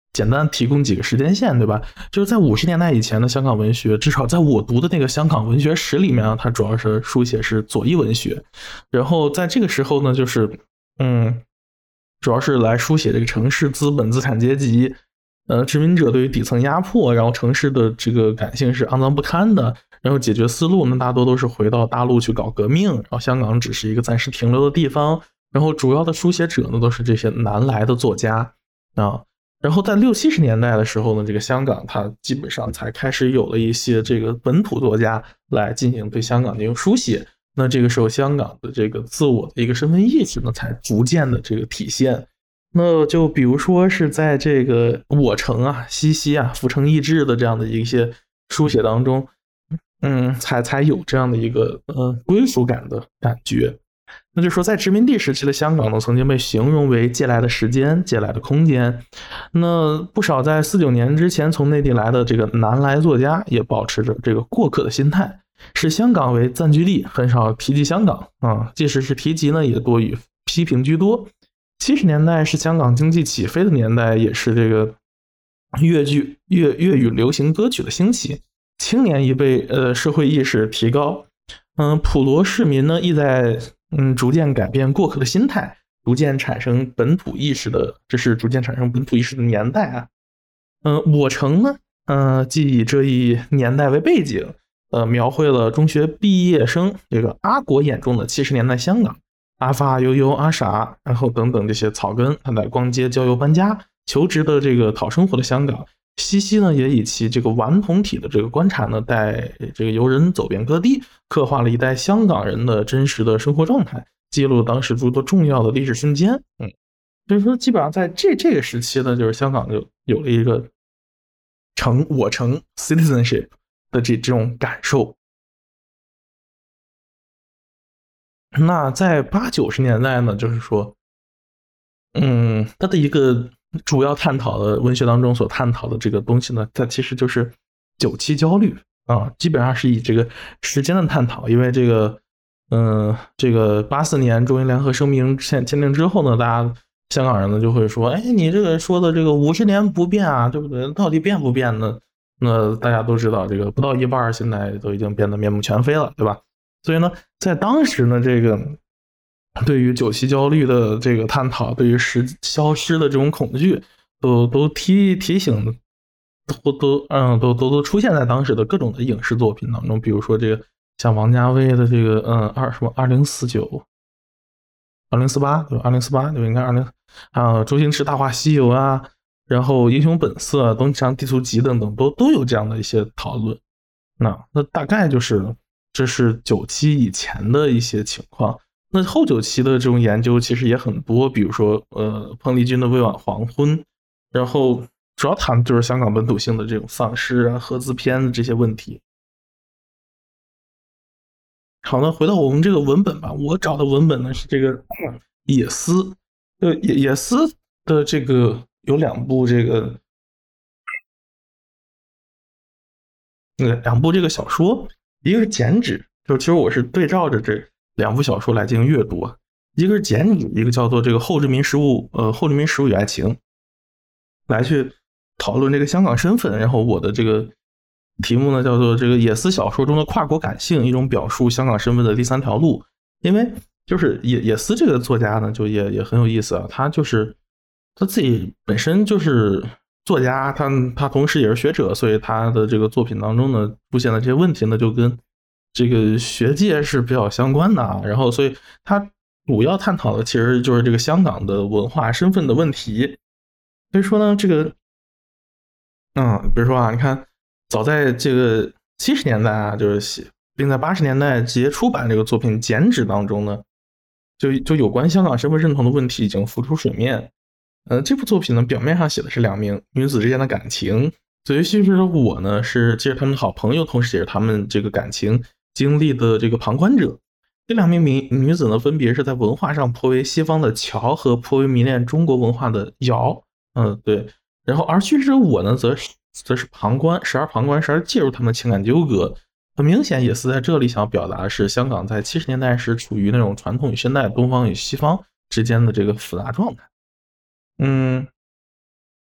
简单提供几个时间线，对吧？就是在五十年代以前的香港文学，至少在我读的那个香港文学史里面啊，它主要是书写是左翼文学。然后在这个时候呢，就是嗯，主要是来书写这个城市资本资产阶级，呃，殖民者对于底层压迫，然后城市的这个感性是肮脏不堪的，然后解决思路呢，大多都是回到大陆去搞革命，然后香港只是一个暂时停留的地方。然后主要的书写者呢，都是这些南来的作家啊。然后在六七十年代的时候呢，这个香港它基本上才开始有了一些这个本土作家来进行对香港进行书写。那这个时候香港的这个自我的一个身份意识呢，才逐渐的这个体现。那就比如说是在这个我城啊、西溪啊、浮城易志的这样的一些书写当中，嗯，才才有这样的一个呃归属感的感觉。那就是说在殖民地时期的香港呢，曾经被形容为借来的时间、借来的空间。那不少在四九年之前从内地来的这个南来作家也保持着这个过客的心态，视香港为暂居地，很少提及香港啊，即使是提及呢，也多以批评居多。七十年代是香港经济起飞的年代，也是这个粤剧粤粤语流行歌曲的兴起，青年一辈呃社会意识提高，嗯、呃，普罗市民呢亦在嗯逐渐改变过客的心态，逐渐产生本土意识的，这是逐渐产生本土意识的年代啊。嗯、呃，我城呢，呃，既以这一年代为背景，呃，描绘了中学毕业生这个阿国眼中的七十年代香港。阿发、悠悠、阿傻，然后等等这些草根，他在逛街、郊游、搬家、求职的这个讨生活的香港。西溪呢，也以其这个顽童体的这个观察呢，带这个游人走遍各地，刻画了一代香港人的真实的生活状态，记录了当时诸多重要的历史瞬间。嗯，所以说基本上在这这个时期呢，就是香港就有了一个城我城 citizenship 的这这种感受。那在八九十年代呢，就是说，嗯，它的一个主要探讨的文学当中所探讨的这个东西呢，它其实就是九七焦虑啊，基本上是以这个时间的探讨，因为这个，嗯、呃，这个八四年中英联合声明签签订之后呢，大家香港人呢就会说，哎，你这个说的这个五十年不变啊，对不对？到底变不变呢？那大家都知道，这个不到一半现在都已经变得面目全非了，对吧？所以呢，在当时呢，这个对于九七焦虑的这个探讨，对于时消失的这种恐惧，都都提提醒，都都嗯都都都出现在当时的各种的影视作品当中。比如说这个像王家卫的这个嗯二什么二零四九、二零四八对吧？二零四八对，应该二零啊，周星驰《大话西游》啊，然后《英雄本色》《东山地图集》等等，都都有这样的一些讨论。那那大概就是。这是九七以前的一些情况，那后九期的这种研究其实也很多，比如说呃彭丽君的《未晚黄昏》，然后主要谈就是香港本土性的这种丧尸啊、合资片的这些问题。好，那回到我们这个文本吧，我找的文本呢是这个野思，呃野野思的这个有两部这个呃两部这个小说。一个是剪纸，就其实我是对照着这两部小说来进行阅读，一个是剪纸，一个叫做这个后殖民食物，呃，后殖民食物与爱情，来去讨论这个香港身份。然后我的这个题目呢叫做这个野思小说中的跨国感性，一种表述香港身份的第三条路。因为就是野野思这个作家呢，就也也很有意思啊，他就是他自己本身就是作家，他他同时也是学者，所以他的这个作品当中呢出现的这些问题呢，就跟这个学界是比较相关的啊。然后，所以他主要探讨的其实就是这个香港的文化身份的问题。所以说呢，这个，嗯，比如说啊，你看，早在这个七十年代啊，就是并在八十年代直接出版这个作品《剪纸》当中呢，就就有关香港身份认同的问题已经浮出水面。呃，这部作品呢，表面上写的是两名女子之间的感情，作为叙事的我呢，是既是他们的好朋友，同时也是他们这个感情经历的这个旁观者。这两名女子呢，分别是在文化上颇为西方的乔和颇为迷恋中国文化的姚。嗯，对。然后而叙事的我呢，则是则是旁观，时而旁观，时而介入他们的情感纠葛。很明显，也是在这里想要表达的是，香港在七十年代时处于那种传统与现代、东方与西方之间的这个复杂状态。嗯，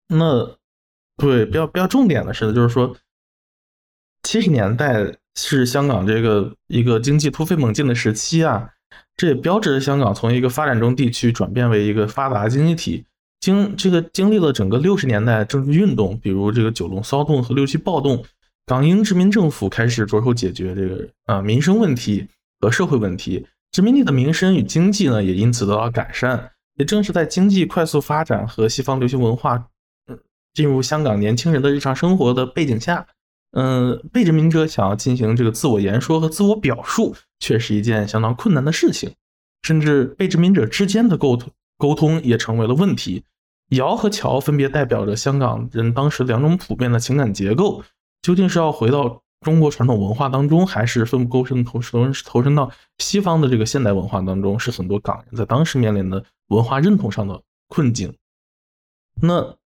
那对比较比较重点的是，就是说七十年代是香港这个一个经济突飞猛进的时期啊，这也标志着香港从一个发展中地区转变为一个发达经济体。经这个经历了整个六十年代政治运动，比如这个九龙骚动和六七暴动，港英殖民政府开始着手解决这个啊民生问题和社会问题，殖民地的民生与经济呢也因此得到改善。也正是在经济快速发展和西方流行文化、嗯、进入香港年轻人的日常生活的背景下，嗯，被殖民者想要进行这个自我言说和自我表述，却是一件相当困难的事情，甚至被殖民者之间的沟通沟通也成为了问题。姚和乔分别代表着香港人当时两种普遍的情感结构，究竟是要回到中国传统文化当中，还是分不勾身投投身到西方的这个现代文化当中，是很多港人在当时面临的文化认同上的困境。那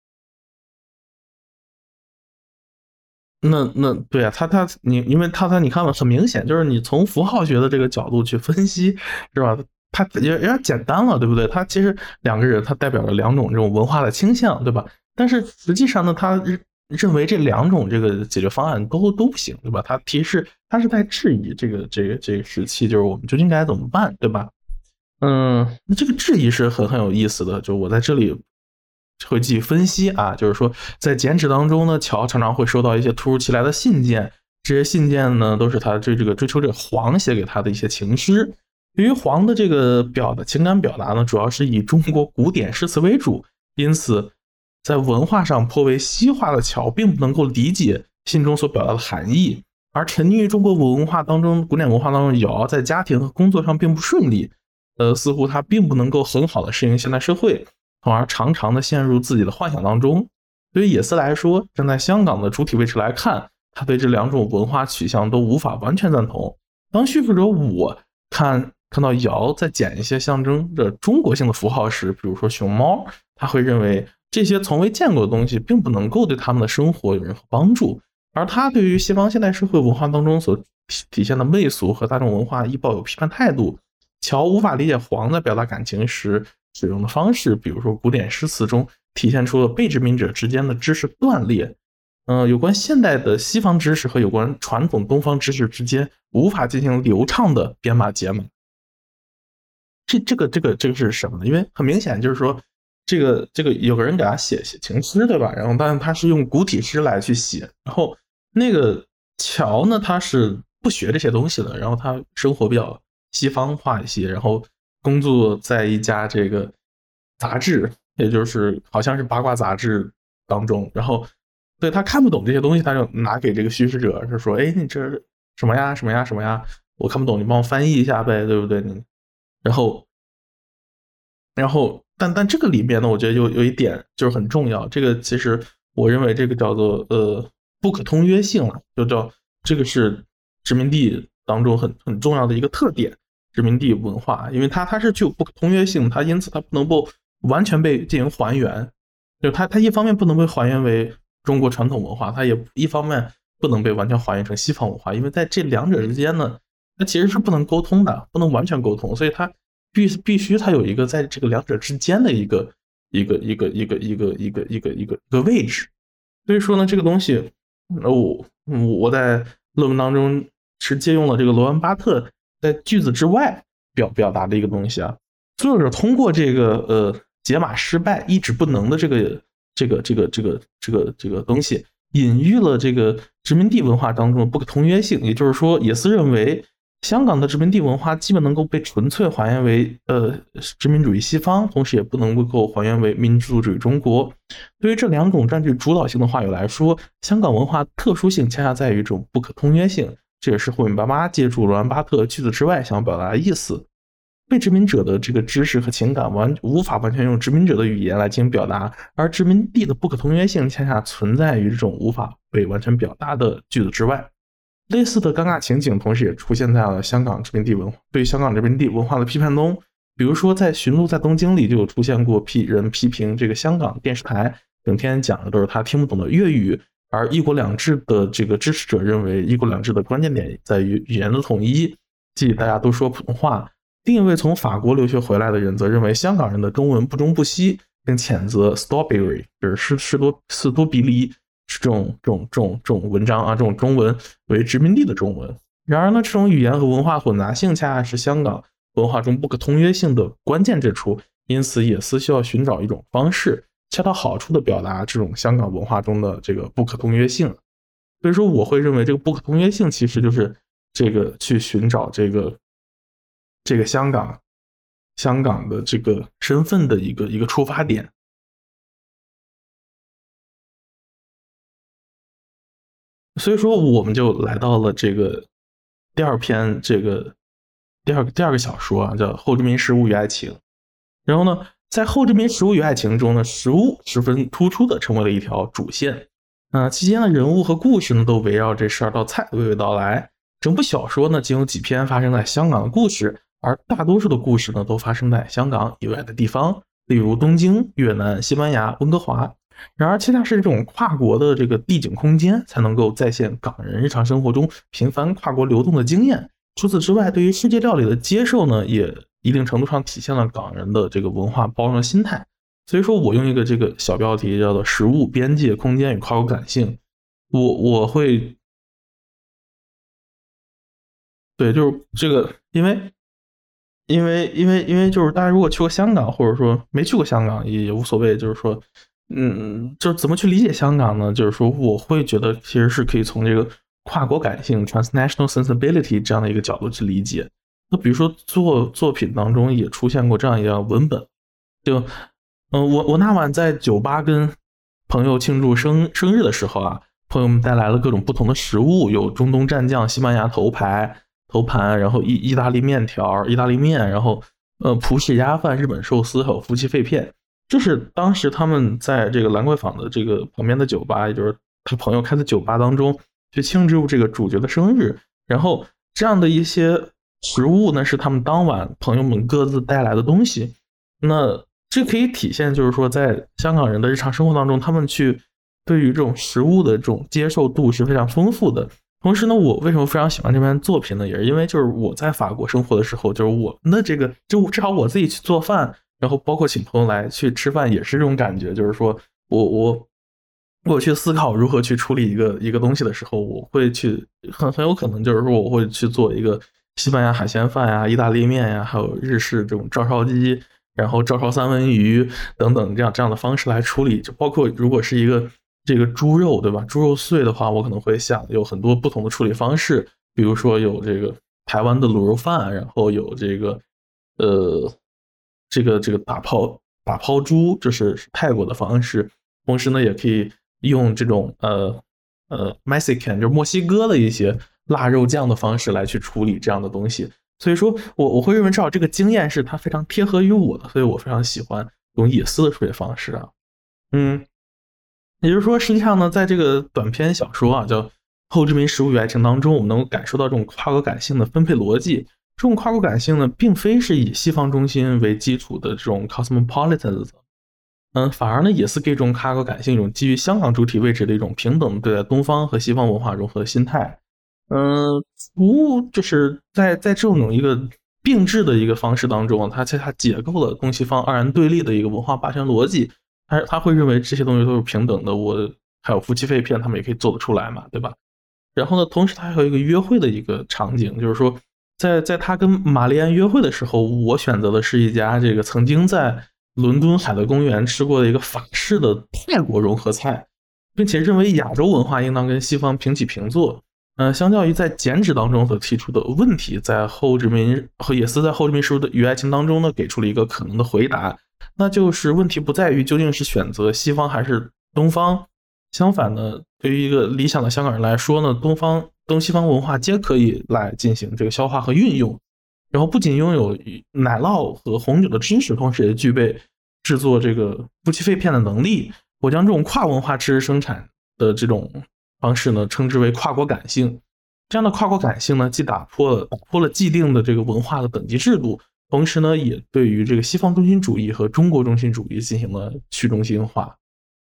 那那对啊，他他你因为他他你看吧，很明显就是你从符号学的这个角度去分析，是吧？它也有点简单了，对不对？它其实两个人，它代表了两种这种文化的倾向，对吧？但是实际上呢，他认为这两种这个解决方案都都不行，对吧？他提示他是在质疑这个这个这个时期，就是我们究竟该怎么办，对吧？嗯，那这个质疑是很很有意思的，就我在这里会继续分析啊，就是说在简史当中呢，乔常常会收到一些突如其来的信件，这些信件呢都是他追这个追求者黄写给他的一些情诗。对于黄的这个表的情感表达呢，主要是以中国古典诗词为主，因此在文化上颇为西化的乔并不能够理解信中所表达的含义，而沉溺于中国文化当中古典文化当中，姚在家庭和工作上并不顺利，呃，似乎他并不能够很好的适应现代社会，从而常常的陷入自己的幻想当中。对于野斯来说，站在香港的主体位置来看，他对这两种文化取向都无法完全赞同。当叙述者我看看到姚在捡一些象征着中国性的符号时，比如说熊猫，他会认为这些从未见过的东西并不能够对他们的生活有任何帮助，而他对于西方现代社会文化当中所体现的媚俗和大众文化亦抱有批判态度。乔无法理解黄在表达感情时使用的方式，比如说古典诗词中体现出了被殖民者之间的知识断裂，呃，有关现代的西方知识和有关传统东方知识之间无法进行流畅的编码解码。这这个这个这个是什么呢？因为很明显就是说，这个这个有个人给他写写情诗，对吧？然后但是他是用古体诗来去写，然后那个乔呢，他是不学这些东西的，然后他生活比较西方化一些，然后工作在一家这个杂志，也就是好像是八卦杂志当中，然后对他看不懂这些东西，他就拿给这个叙事者，就说：“哎，你这什么呀，什么呀，什么呀？我看不懂，你帮我翻译一下呗，对不对？”你。然后，然后，但但这个里面呢，我觉得有有一点就是很重要，这个其实我认为这个叫做呃不可通约性了，就叫这个是殖民地当中很很重要的一个特点，殖民地文化，因为它它是具有不可通约性，它因此它不能够完全被进行还原，就它它一方面不能被还原为中国传统文化，它也一方面不能被完全还原成西方文化，因为在这两者之间呢。它其实是不能沟通的，不能完全沟通，所以它必必须它有一个在这个两者之间的一个一个一个一个一个一个一个一个一个位置。所以说呢，这个东西，我我在论文当中是借用了这个罗恩巴特在句子之外表表达的一个东西啊。作者通过这个呃解码失败、一直不能的这个这个这个这个这个这个东西，隐喻了这个殖民地文化当中的不可通约性。也就是说，野斯认为。香港的殖民地文化基本能够被纯粹还原为呃殖民主义西方，同时也不能够还原为民族主义中国。对于这两种占据主导性的话语来说，香港文化特殊性恰恰在于一种不可通约性，这也是霍米巴巴借助罗兰巴特句子之外想表达的意思。被殖民者的这个知识和情感完无法完全用殖民者的语言来进行表达，而殖民地的不可通约性恰恰存在于这种无法被完全表达的句子之外。类似的尴尬情景同时也出现在了香港殖民地文化对香港殖民地文化的批判中，比如说在《寻路在东京》里就有出现过批人批评这个香港电视台整天讲的都是他听不懂的粤语，而一国两制的这个支持者认为一国两制的关键点在于语言的统一，即大家都说普通话。另一位从法国留学回来的人则认为香港人的中文不中不西， 并谴责 Strawberry 就是施施多斯多比利这种这种这种这种文章啊，这种中文为殖民地的中文。然而呢，这种语言和文化混杂性恰恰是香港文化中不可通约性的关键之处，因此也是需要寻找一种方式，恰到好处的表达这种香港文化中的这个不可通约性。所以说，我会认为这个不可通约性其实就是这个去寻找这个这个香港香港的这个身份的一个一个出发点。所以说，我们就来到了这个第二篇这个第二个第二个小说啊，叫《后殖民食物与爱情》。然后呢，在后殖民食物与爱情中呢，食物十分突出的成为了一条主线。呃，期间的人物和故事呢，都围绕这十二道菜娓娓道来。整部小说呢，仅有几篇发生在香港的故事，而大多数的故事呢，都发生在香港以外的地方，例如东京、越南、西班牙、温哥华。然而，恰恰是这种跨国的这个地景空间，才能够再现港人日常生活中频繁跨国流动的经验。除此之外，对于世界料理的接受呢，也一定程度上体现了港人的这个文化包容的心态。所以说，我用一个这个小标题叫做“食物、边界、空间与跨国感性”，我我会对，就是这个，因为因为因为因为就是大家如果去过香港，或者说没去过香港也也无所谓，就是说。嗯，就是怎么去理解香港呢？就是说，我会觉得其实是可以从这个跨国感性 （transnational sensibility） 这样的一个角度去理解。那比如说作作品当中也出现过这样一个文本，就嗯、呃，我我那晚在酒吧跟朋友庆祝生生日的时候啊，朋友们带来了各种不同的食物，有中东蘸酱、西班牙头排头盘，然后意意大利面条、意大利面，然后呃葡式鸭饭、日本寿司，还有夫妻肺片。就是当时他们在这个兰桂坊的这个旁边的酒吧，也就是他朋友开的酒吧当中去庆祝这个主角的生日，然后这样的一些食物呢是他们当晚朋友们各自带来的东西。那这可以体现就是说在香港人的日常生活当中，他们去对于这种食物的这种接受度是非常丰富的。同时呢，我为什么非常喜欢这篇作品呢？也是因为就是我在法国生活的时候，就是我们的这个就至少我自己去做饭，然后包括请朋友来去吃饭，也是这种感觉，就是说我我我去思考如何去处理一个一个东西的时候，我会去很很有可能就是说我会去做一个西班牙海鲜饭呀、意大利面呀，还有日式这种照烧鸡，然后照烧三文鱼等等这样这样的方式来处理。就包括如果是一个这个猪肉，对吧？猪肉碎的话，我可能会想有很多不同的处理方式，比如说有这个台湾的卤肉饭，然后有这个呃。这个这个打抛打抛猪，这是泰国的方式。同时呢，也可以用这种呃呃 Mexican 就是墨西哥的一些腊肉酱的方式来去处理这样的东西。所以说我我会认为至少这个经验是它非常贴合于我的，所以我非常喜欢用野丝的处理方式啊。嗯，也就是说，实际上呢，在这个短篇小说啊叫《后殖民食物与爱情》当中，我们能够感受到这种跨国感性的分配逻辑。这种跨国感性呢，并非是以西方中心为基础的这种 cosmopolitanism， 嗯，反而呢，也是给这种跨国感性一种基于香港主体位置的一种平等对待东方和西方文化融合的心态。嗯，无就是在在这种一个并置的一个方式当中，它恰恰解构了东西方二元对立的一个文化霸权逻辑。他他会认为这些东西都是平等的，我还有夫妻肺片，他们也可以做得出来嘛，对吧？然后呢，同时他还有一个约会的一个场景，就是说。在在他跟玛丽安约会的时候，我选择的是一家这个曾经在伦敦海德公园吃过的一个法式的泰国融合菜，并且认为亚洲文化应当跟西方平起平坐。呃，相较于在剪纸当中所提出的问题，在后殖民和也是在后殖民食物的与爱情当中呢，给出了一个可能的回答，那就是问题不在于究竟是选择西方还是东方。相反呢，对于一个理想的香港人来说呢，东方东西方文化皆可以来进行这个消化和运用，然后不仅拥有奶酪和红酒的知识，同时也具备制作这个夫妻肺片的能力。我将这种跨文化知识生产的这种方式呢，称之为跨国感性。这样的跨国感性呢，既打破了打破了既定的这个文化的等级制度，同时呢，也对于这个西方中心主义和中国中心主义进行了去中心化。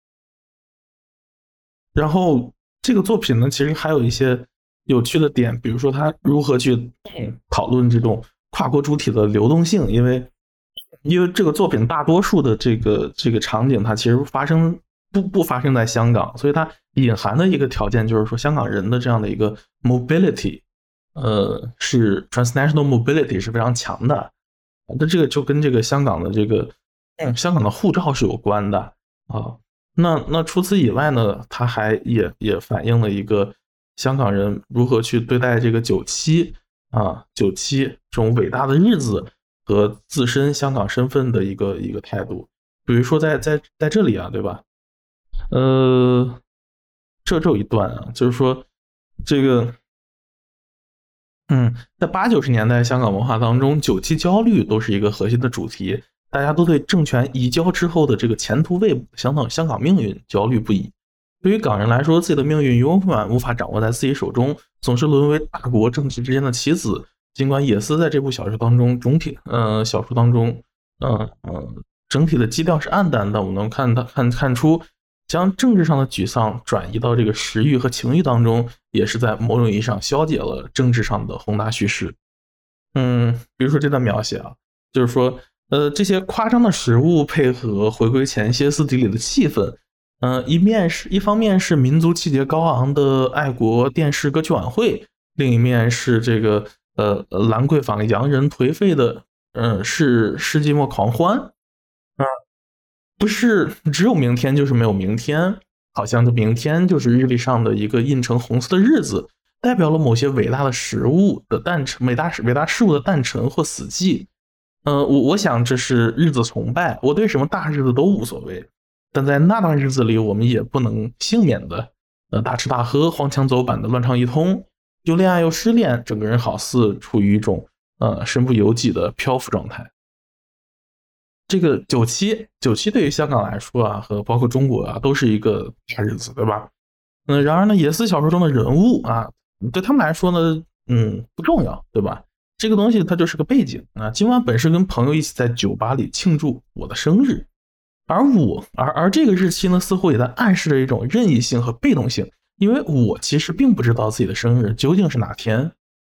然后这个作品呢，其实还有一些有趣的点，比如说它如何去讨论这种跨国主体的流动性。因为因为这个作品大多数的这个这个场景，它其实发生不不发生在香港，所以它隐含的一个条件就是说，香港人的这样的一个 mobility， 呃，是 transnational mobility 是非常强的。那这个就跟这个香港的这个嗯香港的护照是有关的啊。那那除此以外呢，它还也也反映了一个香港人如何去对待这个九七啊九七这种伟大的日子和自身香港身份的一个一个态度。比如说在在在这里啊，对吧？呃，这这有一段啊，就是说这个，嗯，在八九十年代香港文化当中，九七焦虑都是一个核心的主题。大家都对政权移交之后的这个前途未卜、香港香港命运焦虑不已。对于港人来说，自己的命运永远无法掌握在自己手中，总是沦为大国政治之间的棋子。尽管野斯在这部小说当中，总体呃小说当中，嗯、呃、嗯、呃，整体的基调是暗淡的，我们能看到看看出，将政治上的沮丧转移到这个食欲和情欲当中，也是在某种意义上消解了政治上的宏大叙事。嗯，比如说这段描写啊，就是说。呃，这些夸张的食物配合回归前歇斯底里的气氛，呃，一面是一方面是民族气节高昂的爱国电视歌曲晚会，另一面是这个呃兰桂坊洋人颓废的，嗯、呃，是世纪末狂欢啊、呃，不是只有明天就是没有明天，好像这明天就是日历上的一个印成红色的日子，代表了某些伟大的食物的诞辰，伟大伟大事物的诞辰或死寂。呃，我我想这是日子崇拜，我对什么大日子都无所谓，但在那段日子里，我们也不能幸免的，呃，大吃大喝、荒腔走板的乱唱一通，又恋爱又失恋，整个人好似处于一种呃身不由己的漂浮状态。这个九七九七对于香港来说啊，和包括中国啊，都是一个大日子，对吧？嗯、呃，然而呢，野斯小说中的人物啊，对他们来说呢，嗯，不重要，对吧？这个东西它就是个背景啊。今晚本是跟朋友一起在酒吧里庆祝我的生日，而我而而这个日期呢，似乎也在暗示着一种任意性和被动性，因为我其实并不知道自己的生日究竟是哪天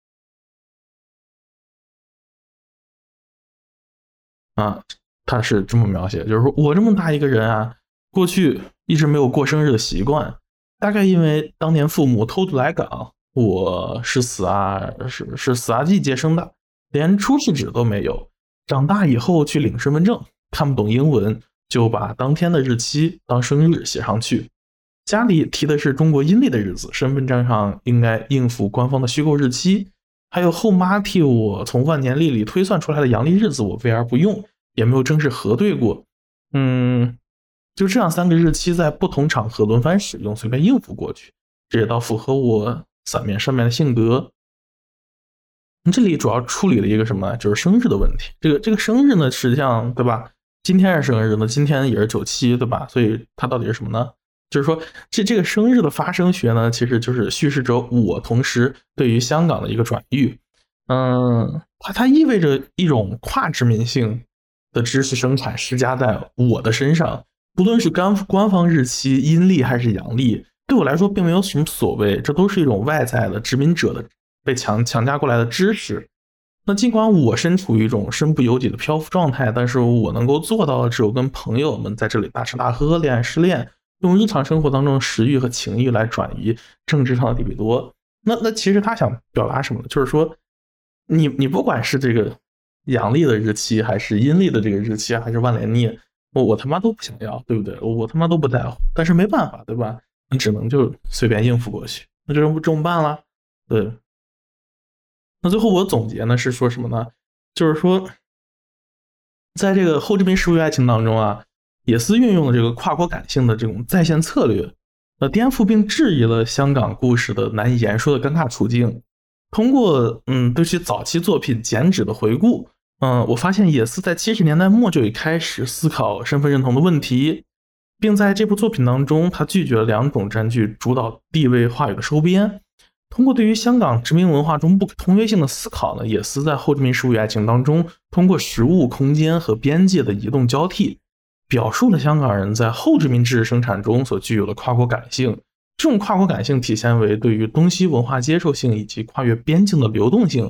啊。他是这么描写，就是说我这么大一个人啊，过去一直没有过生日的习惯，大概因为当年父母偷渡来港。我是死啊，是是死啊季接生的，连出世纸都没有。长大以后去领身份证，看不懂英文，就把当天的日期当生日写上去。家里提的是中国阴历的日子，身份证上应该应付官方的虚构日期。还有后妈替我从万年历里推算出来的阳历日子，我为而不用，也没有正式核对过。嗯，就这样三个日期在不同场合轮番使用，随便应付过去，这也倒符合我伞面上面的性格。这里主要处理了一个什么，就是生日的问题。这个这个生日呢，实际上对吧？今天是生日呢，今天也是九七，对吧？所以它到底是什么呢？就是说，这这个生日的发生学呢，其实就是叙事着我同时对于香港的一个转喻。嗯，它它意味着一种跨殖民性的知识生产施加在我的身上，不论是官官方日期、阴历还是阳历。对我来说并没有什么所谓，这都是一种外在的殖民者的被强强加过来的知识。那尽管我身处于一种身不由己的漂浮状态，但是我能够做到的只有跟朋友们在这里大吃大喝、恋爱失恋，用日常生活当中的食欲和情欲来转移政治上的利比多。那那其实他想表达什么呢？就是说，你你不管是这个阳历的日期，还是阴历的这个日期，还是万年历，我我他妈都不想要，对不对？我他妈都不在乎，但是没办法，对吧？你只能就随便应付过去，那就这么办了。对，那最后我总结呢是说什么呢？就是说，在这个后殖民食物爱情当中啊，野斯运用了这个跨国感性的这种再现策略，呃，颠覆并质疑了香港故事的难以言说的尴尬处境。通过嗯对其早期作品剪纸的回顾，嗯，我发现野斯在七十年代末就已开始思考身份认同的问题。并在这部作品当中，他拒绝了两种占据主导地位话语的收编。通过对于香港殖民文化中不可通约性的思考呢，野斯在后殖民食物与爱情当中，通过食物、空间和边界的移动交替，表述了香港人在后殖民知识生产中所具有的跨国感性。这种跨国感性体现为对于东西文化接受性以及跨越边境的流动性，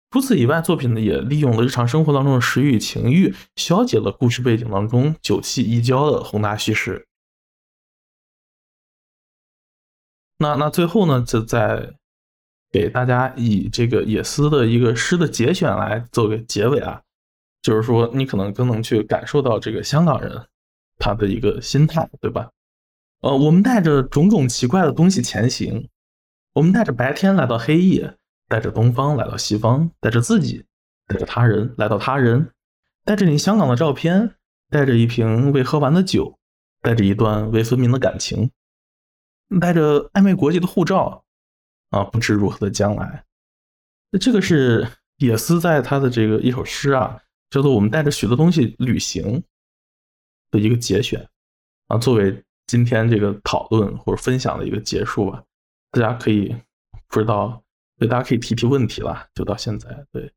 除此以外，作品呢也利用了日常生活当中的食欲情欲，消解了故事背景当中酒气溢交的宏大叙事。那那最后呢，就在给大家以这个野思的一个诗的节选来做个结尾啊，就是说你可能更能去感受到这个香港人他的一个心态，对吧？呃，我们带着种种奇怪的东西前行，我们带着白天来到黑夜，带着东方来到西方，带着自己，带着他人来到他人，带着你香港的照片，带着一瓶未喝完的酒，带着一段未分明的感情，带着暧昧国籍的护照啊，不知如何的将来。这个是野思在他的这个一首诗啊，叫做我们带着许多东西旅行的一个节选啊，作为今天这个讨论或者分享的一个结束吧。大家可以不知道，对，大家可以提提问题了，就到现在，对。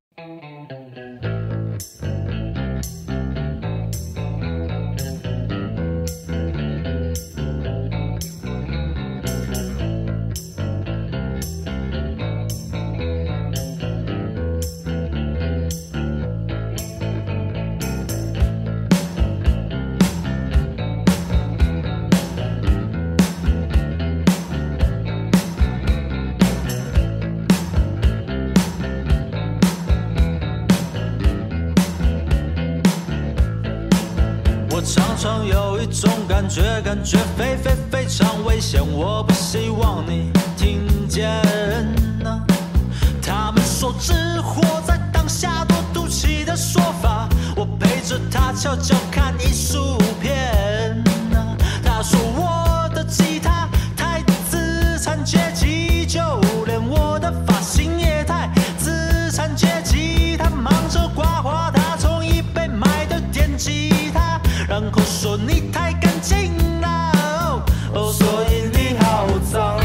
常常有一种感觉，感觉非非非常危险，我不希望你听见啊。他们说只活在当下多赌气的说法，我陪着他悄悄看艺术片啊。他说我的吉他太资产阶级，就连我的发型也太资产阶级。他忙着刮花，他从一杯买的电吉他，然后说你太干净了，哦，所以你好脏。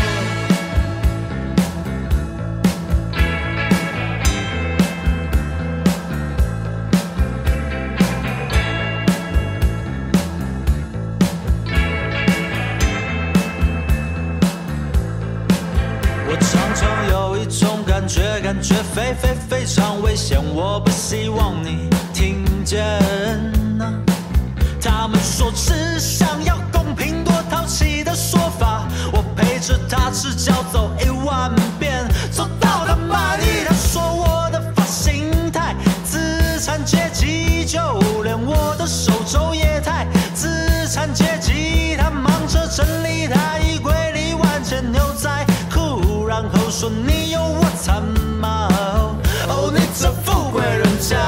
我常常有一种感觉，感觉非非非常危险，我不希望你听见啊。他们说只想要公平多淘气的说法，我陪着他赤脚走一万遍，走到他满意。他说我的发型太资产阶级，就连我的手肘也太资产阶级。他忙着整理他衣柜里万件牛仔裤，然后说你有我残毛，哦，你这富贵人家。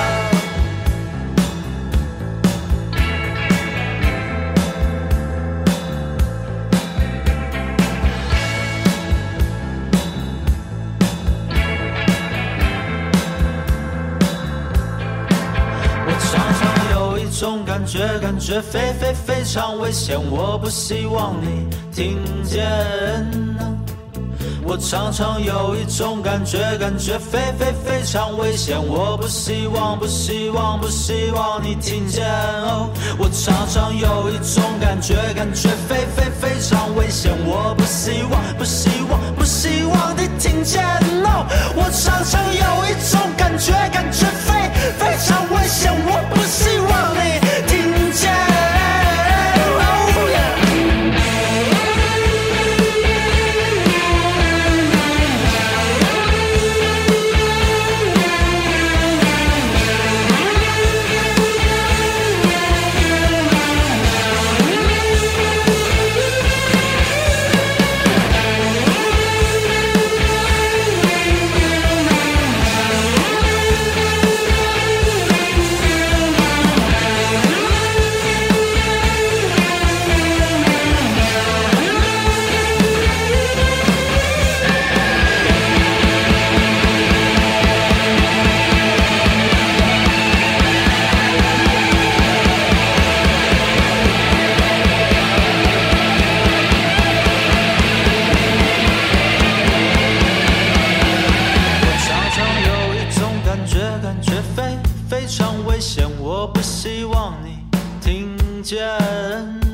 种感觉，感觉非非非常危险，我不希望你听见啊。我常常有一种感觉，感觉非非非常危险，我不希望，不希望，不希望你听见哦。我常常有一种感觉，感觉非非非常危险，我不希望，不希望，不希望你听见哦。我常常有一种感觉，感觉非非常危险，我不希望你听见。非常危险，我不希望你听见。